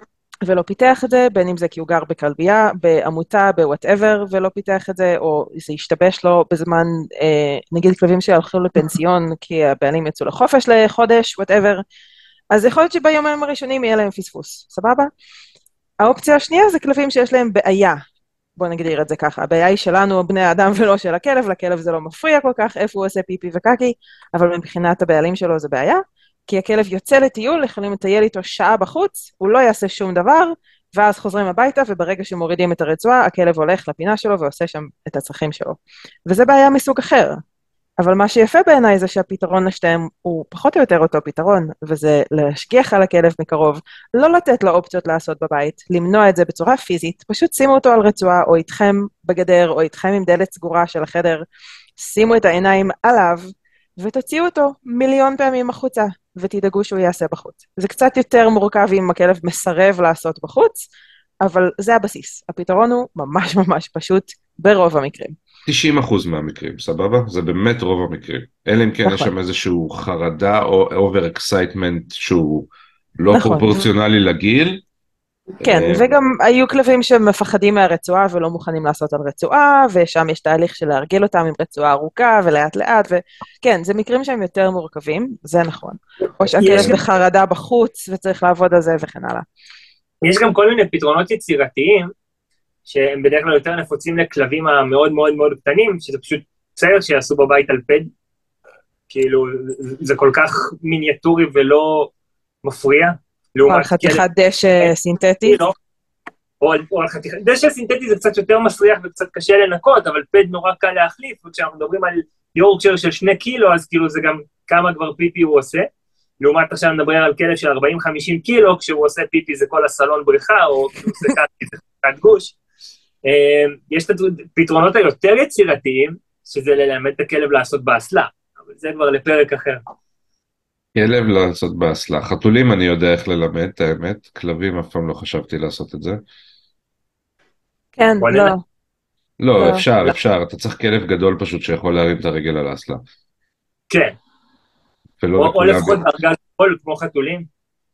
Speaker 5: ולא פיתח את זה, בין אם זה כי הוא גר בכלבייה, בעמותה, בוואטאבר, ולא פיתח את זה, או זה השתבש לו בזמן, אה, נגיד כלבים שהלכו לפנסיון, כי הבעלים יצאו לחופש לחודש, וואטאבר, אז יכול להיות שביומיים הראשונים יהיה להם פספוס, סבבה? האופציה השנייה זה כלבים שיש להם בעיה, בוא נגדיר את זה ככה, הבעיה היא שלנו, בני האדם ולא של הכלב, לכלב זה לא מפריע כל כך, איפה הוא עושה פיפי וקקי, אבל מבחינת הבעלים שלו זה בעיה, כי הכלב יוצא לטיול, יכולים לטייל איתו שעה בחוץ, הוא לא יעשה שום דבר, ואז חוזרים הביתה, וברגע שמורידים את הרצועה, הכלב הולך לפינה שלו ועושה שם את הצרכים שלו. וזה בעיה מסוג אחר. אבל מה שיפה בעיניי זה שהפתרון לשתיהם הוא פחות או יותר אותו פתרון, וזה להשגיח על הכלב מקרוב, לא לתת לו אופציות לעשות בבית, למנוע את זה בצורה פיזית, פשוט שימו אותו על רצועה, או איתכם בגדר, או איתכם עם דלת סגורה של החדר, שימו את העיניים עליו, ותוציאו אותו מיליון פעמים החוצה, ותדאגו שהוא יעשה בחוץ. זה קצת יותר מורכב אם הכלב מסרב לעשות בחוץ, אבל זה הבסיס. הפתרון הוא ממש ממש פשוט ברוב המקרים.
Speaker 1: תשעים אחוז מהמקרים, סבבה? זה באמת רוב המקרים. אלא אם כן יש שם איזשהו חרדה או אובר אקסייטמנט שהוא לא פרופורציונלי לגיל.
Speaker 5: כן, וגם היו כלבים שמפחדים מהרצועה ולא מוכנים לעשות על רצועה, ושם יש תהליך של להרגיל אותם עם רצועה ארוכה ולאט לאט, וכן, זה מקרים שהם יותר מורכבים, זה נכון. או שהכלב בחרדה בחוץ וצריך לעבוד על זה וכן הלאה.
Speaker 4: יש גם כל מיני פתרונות יצירתיים, שהם בדרך כלל יותר נפוצים לכלבים המאוד מאוד מאוד קטנים, שזה פשוט צייר שיעשו בבית על פד, כאילו זה כל כך מיניאטורי ולא מפריע.
Speaker 5: או על חתיכת דשא סינתטי?
Speaker 4: או על חתיכת דשא סינתטי זה קצת יותר מסריח וקצת קשה לנקות, אבל פד נורא קל להחליף, וכשאנחנו מדברים על יורקשייר של שני קילו, אז כאילו זה גם כמה כבר פיפי הוא עושה, לעומת עכשיו נדבר על כלב של ארבעים חמישים קילו, כשהוא עושה פיפי זה כל הסלון בריכה, או כשהוא עושה קט גוש. יש את הפתרונות היותר יצירתיים, שזה ללמד את הכלב לעשות באסלה, אבל זה כבר לפרק אחר.
Speaker 1: כלב לעשות באסלה. חתולים אני יודע איך ללמד, את האמת. כלבים אף פעם לא חשבתי לעשות את זה.
Speaker 5: כן, לא.
Speaker 1: לא, אפשר, אפשר. אתה צריך כלב גדול פשוט שיכול להרים את הרגל על האסלה.
Speaker 4: כן. או לפחות ארגז גדול כמו חתולים.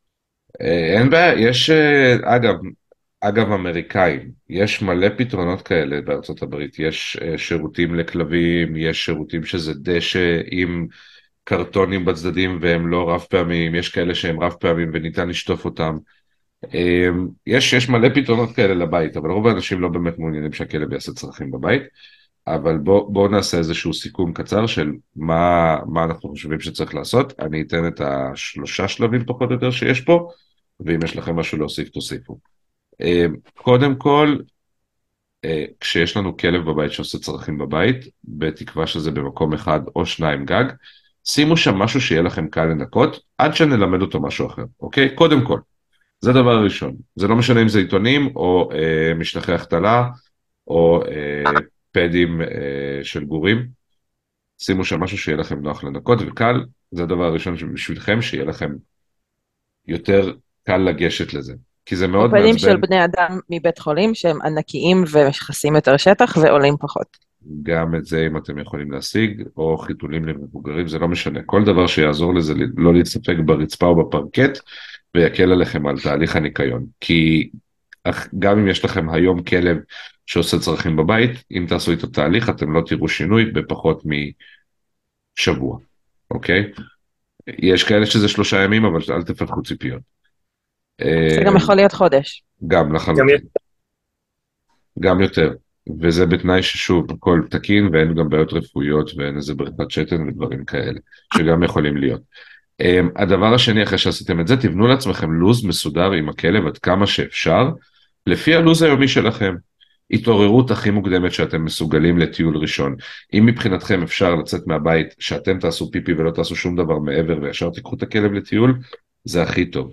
Speaker 1: אין בעיה, יש, אגב, אגב אמריקאים, יש מלא פתרונות כאלה בארצות הברית. יש שירותים לכלבים, יש שירותים שזה דשא עם קרטונים בצדדים והם לא רב פעמים, יש כאלה שהם רב פעמים וניתן לשטוף אותם. יש, יש מלא פתרונות כאלה לבית, אבל רוב האנשים לא באמת מעוניינים שהכלב יעשה צרכים בבית, אבל בואו בוא נעשה איזשהו סיכום קצר של מה, מה אנחנו חושבים שצריך לעשות. אני אתן את השלושה שלבים פחות או יותר שיש פה, ואם יש לכם משהו להוסיף, תוסיפו. קודם כל, כשיש לנו כלב בבית שעושה צרכים בבית, בתקווה שזה במקום אחד או שניים גג, שימו שם משהו שיהיה לכם קל לנקות, עד שנלמד אותו משהו אחר, אוקיי? קודם כל, זה דבר ראשון. זה לא משנה אם זה עיתונים, או אה, משטחי החתלה, או אה, פדים אה, של גורים. שימו שם משהו שיהיה לכם נוח לנקות וקל, זה הדבר הראשון בשבילכם, שיהיה לכם יותר קל לגשת לזה. כי זה מאוד
Speaker 5: או פדים
Speaker 1: מעצבן.
Speaker 5: של בני אדם מבית חולים שהם ענקיים ומכסים יותר שטח ועולים פחות.
Speaker 1: גם את זה אם אתם יכולים להשיג, או חיתולים למבוגרים, זה לא משנה. כל דבר שיעזור לזה לא להתספק ברצפה או בפרקט, ויקל עליכם על תהליך הניקיון. כי גם אם יש לכם היום כלב שעושה צרכים בבית, אם תעשו איתו תהליך, אתם לא תראו שינוי בפחות משבוע, אוקיי? יש כאלה שזה שלושה ימים, אבל אל תפתחו ציפיות.
Speaker 5: זה גם יכול להיות חודש.
Speaker 1: גם לחלוטין. גם יותר. וזה בתנאי ששוב, הכל תקין, ואין גם בעיות רפואיות, ואין איזה בריחת שתן ודברים כאלה, שגם יכולים להיות. הדבר השני, אחרי שעשיתם את זה, תבנו לעצמכם לוז מסודר עם הכלב עד כמה שאפשר, לפי הלוז היומי שלכם. התעוררות הכי מוקדמת שאתם מסוגלים לטיול ראשון. אם מבחינתכם אפשר לצאת מהבית, שאתם תעשו פיפי ולא תעשו שום דבר מעבר, וישר תיקחו את הכלב לטיול, זה הכי טוב.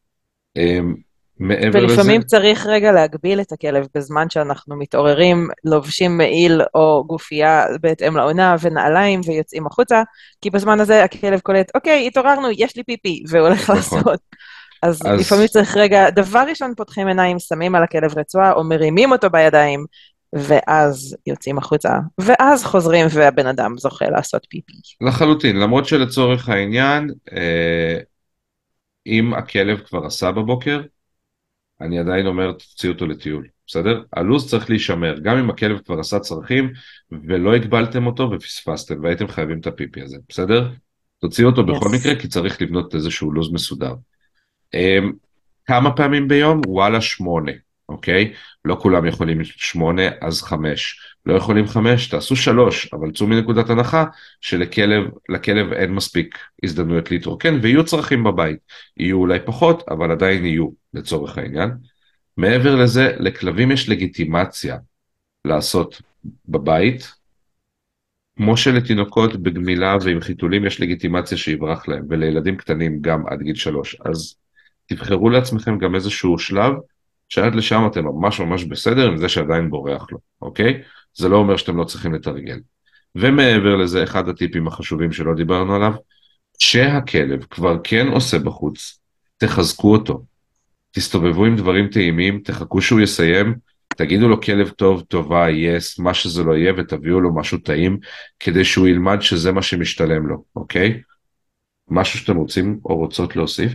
Speaker 1: מעבר לזה...
Speaker 5: ולפעמים צריך רגע להגביל את הכלב בזמן שאנחנו מתעוררים, לובשים מעיל או גופייה בהתאם לעונה ונעליים ויוצאים החוצה, כי בזמן הזה הכלב קולט, אוקיי, התעוררנו, יש לי פיפי, והוא הולך לעשות. אז, אז לפעמים צריך רגע, דבר ראשון פותחים עיניים, שמים על הכלב רצועה או מרימים אותו בידיים, ואז יוצאים החוצה, ואז חוזרים והבן אדם זוכה לעשות פיפי.
Speaker 1: לחלוטין, למרות שלצורך העניין, אה, אם הכלב כבר עשה בבוקר, אני עדיין אומר, תוציאו אותו לטיול, בסדר? הלו"ז צריך להישמר, גם אם הכלב כבר עשה צרכים, ולא הגבלתם אותו ופספסתם, והייתם חייבים את הפיפי הזה, בסדר? תוציאו אותו בכל
Speaker 5: Yes.
Speaker 1: מקרה, כי צריך לבנות איזשהו לו"ז מסודר. Um, כמה פעמים ביום? וואלה, שמונה, אוקיי? לא כולם יכולים שמונה, אז חמש. לא יכולים חמש, תעשו שלוש, אבל צאו מנקודת הנחה שלכלב, לכלב אין מספיק הזדמנויות להתרוקן, ויהיו צרכים בבית. יהיו אולי פחות, אבל עדיין יהיו, לצורך העניין. מעבר לזה, לכלבים יש לגיטימציה לעשות בבית, כמו שלתינוקות בגמילה ועם חיתולים יש לגיטימציה שיברח להם, ולילדים קטנים גם עד גיל שלוש. אז תבחרו לעצמכם גם איזשהו שלב, שעד לשם אתם ממש ממש בסדר, עם זה שעדיין בורח לו, אוקיי? זה לא אומר שאתם לא צריכים לתרגל. ומעבר לזה, אחד הטיפים החשובים שלא דיברנו עליו, שהכלב כבר כן עושה בחוץ, תחזקו אותו. תסתובבו עם דברים טעימים, תחכו שהוא יסיים, תגידו לו כלב טוב, טובה, יס, מה שזה לא יהיה, ותביאו לו משהו טעים, כדי שהוא ילמד שזה מה שמשתלם לו, אוקיי? משהו שאתם רוצים או רוצות להוסיף?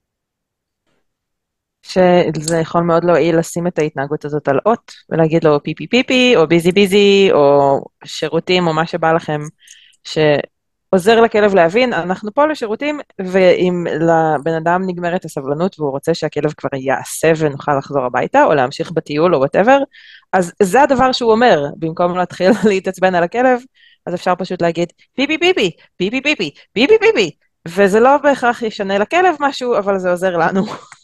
Speaker 5: שזה יכול מאוד להועיל לשים את ההתנהגות הזאת על אות, ולהגיד לו פיפי פיפי, או ביזי ביזי, או שירותים, או מה שבא לכם, שעוזר לכלב להבין, אנחנו פה לשירותים, ואם לבן אדם נגמרת הסבלנות, והוא רוצה שהכלב כבר יעשה ונוכל לחזור הביתה, או להמשיך בטיול או whatever, אז זה הדבר שהוא אומר, במקום להתחיל להתעצבן על הכלב, אז אפשר פשוט להגיד פיפי פיפי, פיפי פיפי, פיפי פיפי, וזה לא בהכרח ישנה לכלב משהו, אבל זה עוזר לנו.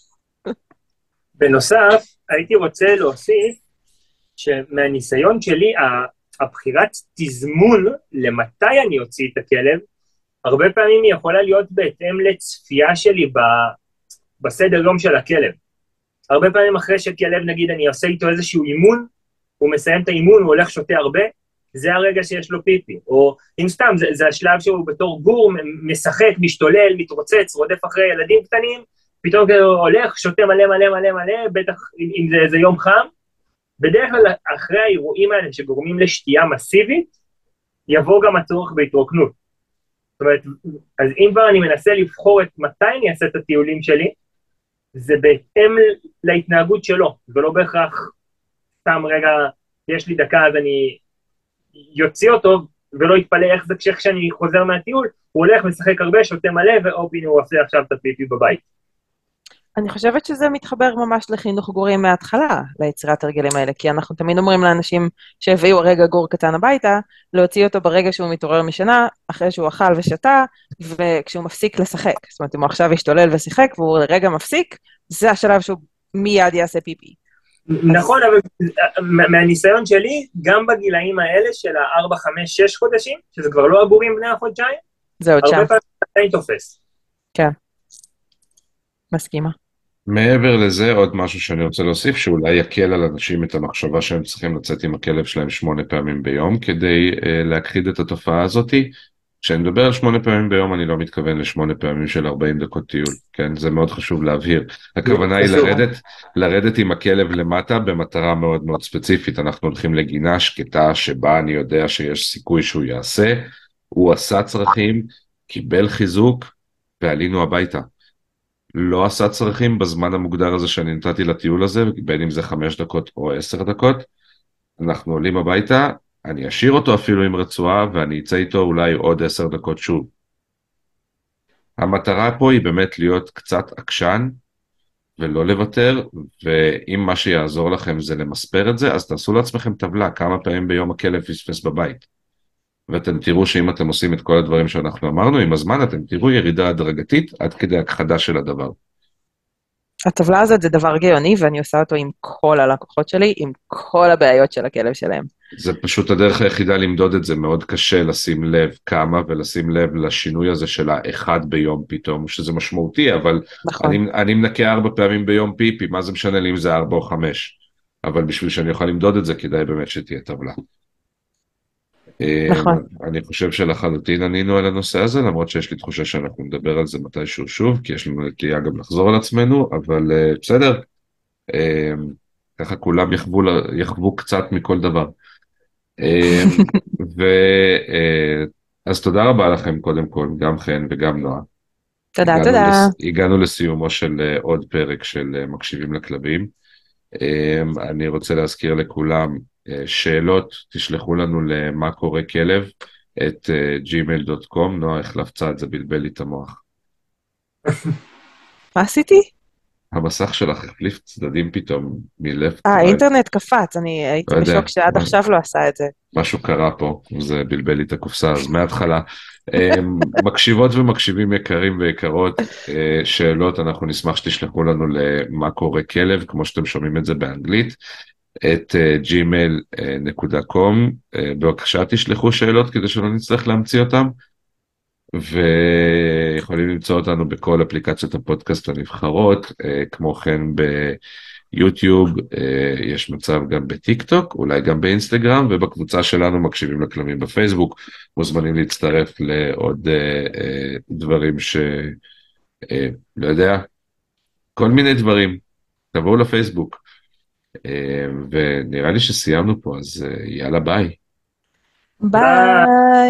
Speaker 4: בנוסף, הייתי רוצה להוסיף שמהניסיון שלי, הבחירת תזמון למתי אני אוציא את הכלב, הרבה פעמים היא יכולה להיות בהתאם לצפייה שלי בסדר יום של הכלב. הרבה פעמים אחרי שכלב, נגיד, אני עושה איתו איזשהו אימון, הוא מסיים את האימון, הוא הולך שותה הרבה, זה הרגע שיש לו פיפי. או אם סתם, זה, זה השלב שהוא בתור גור, משחק, משתולל, מתרוצץ, רודף אחרי ילדים קטנים, פתאום הוא הולך, שותה מלא מלא מלא מלא, בטח אם זה איזה יום חם, בדרך כלל אחרי האירועים האלה שגורמים לשתייה מסיבית, יבוא גם הצורך בהתרוקנות. זאת אומרת, אז אם כבר אני מנסה לבחור את מתי אני אעשה את הטיולים שלי, זה בהתאם להתנהגות שלו, ולא בהכרח סתם רגע, יש לי דקה אז אני יוציא אותו, ולא יתפלא איך זה כשאני חוזר מהטיול, הוא הולך משחק הרבה, שותה מלא, ואו הנה הוא עושה עכשיו את הפיפי בבית.
Speaker 5: אני חושבת שזה מתחבר ממש לחינוך גורים מההתחלה, ליצירת הרגלים האלה, כי אנחנו תמיד אומרים לאנשים שהביאו הרגע גור קטן הביתה, להוציא אותו ברגע שהוא מתעורר משנה, אחרי שהוא אכל ושתה, וכשהוא מפסיק לשחק. זאת אומרת, אם הוא עכשיו ישתולל ושיחק, והוא לרגע מפסיק, זה השלב שהוא מיד יעשה פיפי.
Speaker 4: נכון, אבל מהניסיון שלי, גם בגילאים האלה של ה-ארבע, חמש, שש חודשים, שזה כבר לא הגורים בני החודשיים,
Speaker 5: זה עוד שם.
Speaker 4: הרבה פעמים עדיין תופס.
Speaker 5: כן. מסכימה.
Speaker 1: מעבר לזה, עוד משהו שאני רוצה להוסיף, שאולי יקל על אנשים את המחשבה שהם צריכים לצאת עם הכלב שלהם שמונה פעמים ביום, כדי uh, להכחיד את התופעה הזאת. כשאני מדבר על שמונה פעמים ביום, אני לא מתכוון לשמונה פעמים של ארבעים דקות טיול, כן? זה מאוד חשוב להבהיר. הכוונה היא לרדת, לרדת עם הכלב למטה במטרה מאוד מאוד ספציפית. אנחנו הולכים לגינה שקטה שבה אני יודע שיש סיכוי שהוא יעשה, הוא עשה צרכים, קיבל חיזוק, ועלינו הביתה. לא עשה צרכים בזמן המוגדר הזה שאני נתתי לטיול הזה, בין אם זה חמש דקות או עשר דקות, אנחנו עולים הביתה, אני אשאיר אותו אפילו עם רצועה, ואני אצא איתו אולי עוד עשר דקות שוב. המטרה פה היא באמת להיות קצת עקשן, ולא לוותר, ואם מה שיעזור לכם זה למספר את זה, אז תעשו לעצמכם טבלה, כמה פעמים ביום הכלב פספס בבית. ואתם תראו שאם אתם עושים את כל הדברים שאנחנו אמרנו, עם הזמן אתם תראו ירידה הדרגתית, עד כדי הכחדה של הדבר.
Speaker 5: הטבלה הזאת זה דבר גאוני, ואני עושה אותו עם כל הלקוחות שלי, עם כל הבעיות של הכלב שלהם. זה
Speaker 1: פשוט הדרך היחידה למדוד את זה, מאוד קשה לשים לב כמה, ולשים לב לשינוי הזה של האחד ביום פתאום, שזה משמעותי, אבל נכון. אני, אני מנקה ארבע פעמים ביום פיפי, מה זה משנה לי אם זה ארבע או חמש? אבל בשביל שאני אוכל למדוד את זה, כדאי באמת שתהיה טבלה. נכון. אני חושב שלחלוטין ענינו על הנושא הזה, למרות שיש לי תחושה שאנחנו נדבר על זה מתישהו שוב, כי יש לנו נטייה גם לחזור על עצמנו, אבל בסדר, ככה כולם יחוו, יחוו קצת מכל דבר. ו... אז תודה רבה לכם קודם כל, גם חן וגם נועה.
Speaker 5: תודה,
Speaker 1: הגענו
Speaker 5: תודה.
Speaker 1: לס... הגענו לסיומו של עוד פרק של מקשיבים לכלבים. אני רוצה להזכיר לכולם, שאלות, תשלחו לנו למה קורה כלב, את ג'ימייל דוט קום, נועה, החלף צד, זה בלבל לי את המוח.
Speaker 5: מה עשיתי?
Speaker 1: המסך שלך החליף צדדים פתאום מלפט.
Speaker 5: אה, האינטרנט קפץ, אני הייתי בשוק שעד עכשיו לא עשה את זה.
Speaker 1: משהו קרה פה, זה בלבל לי את הקופסה, אז מההתחלה. מקשיבות ומקשיבים יקרים ויקרות, שאלות, אנחנו נשמח שתשלחו לנו למה קורה כלב, כמו שאתם שומעים את זה באנגלית, את ג'ימייל נקודה קום, בבקשה תשלחו שאלות כדי שלא נצטרך להמציא אותם, ויכולים למצוא אותנו בכל אפליקציות הפודקאסט הנבחרות, כמו כן ביוטיוב, יש מצב גם בטיק טוק, אולי גם באינסטגרם, ובקבוצה שלנו מקשיבים לכלבים בפייסבוק, מוזמנים להצטרף לעוד דברים ש... לא יודע, כל מיני דברים, תבואו לפייסבוק, ונראה לי שסיימנו פה, אז יאללה ביי.
Speaker 5: ביי.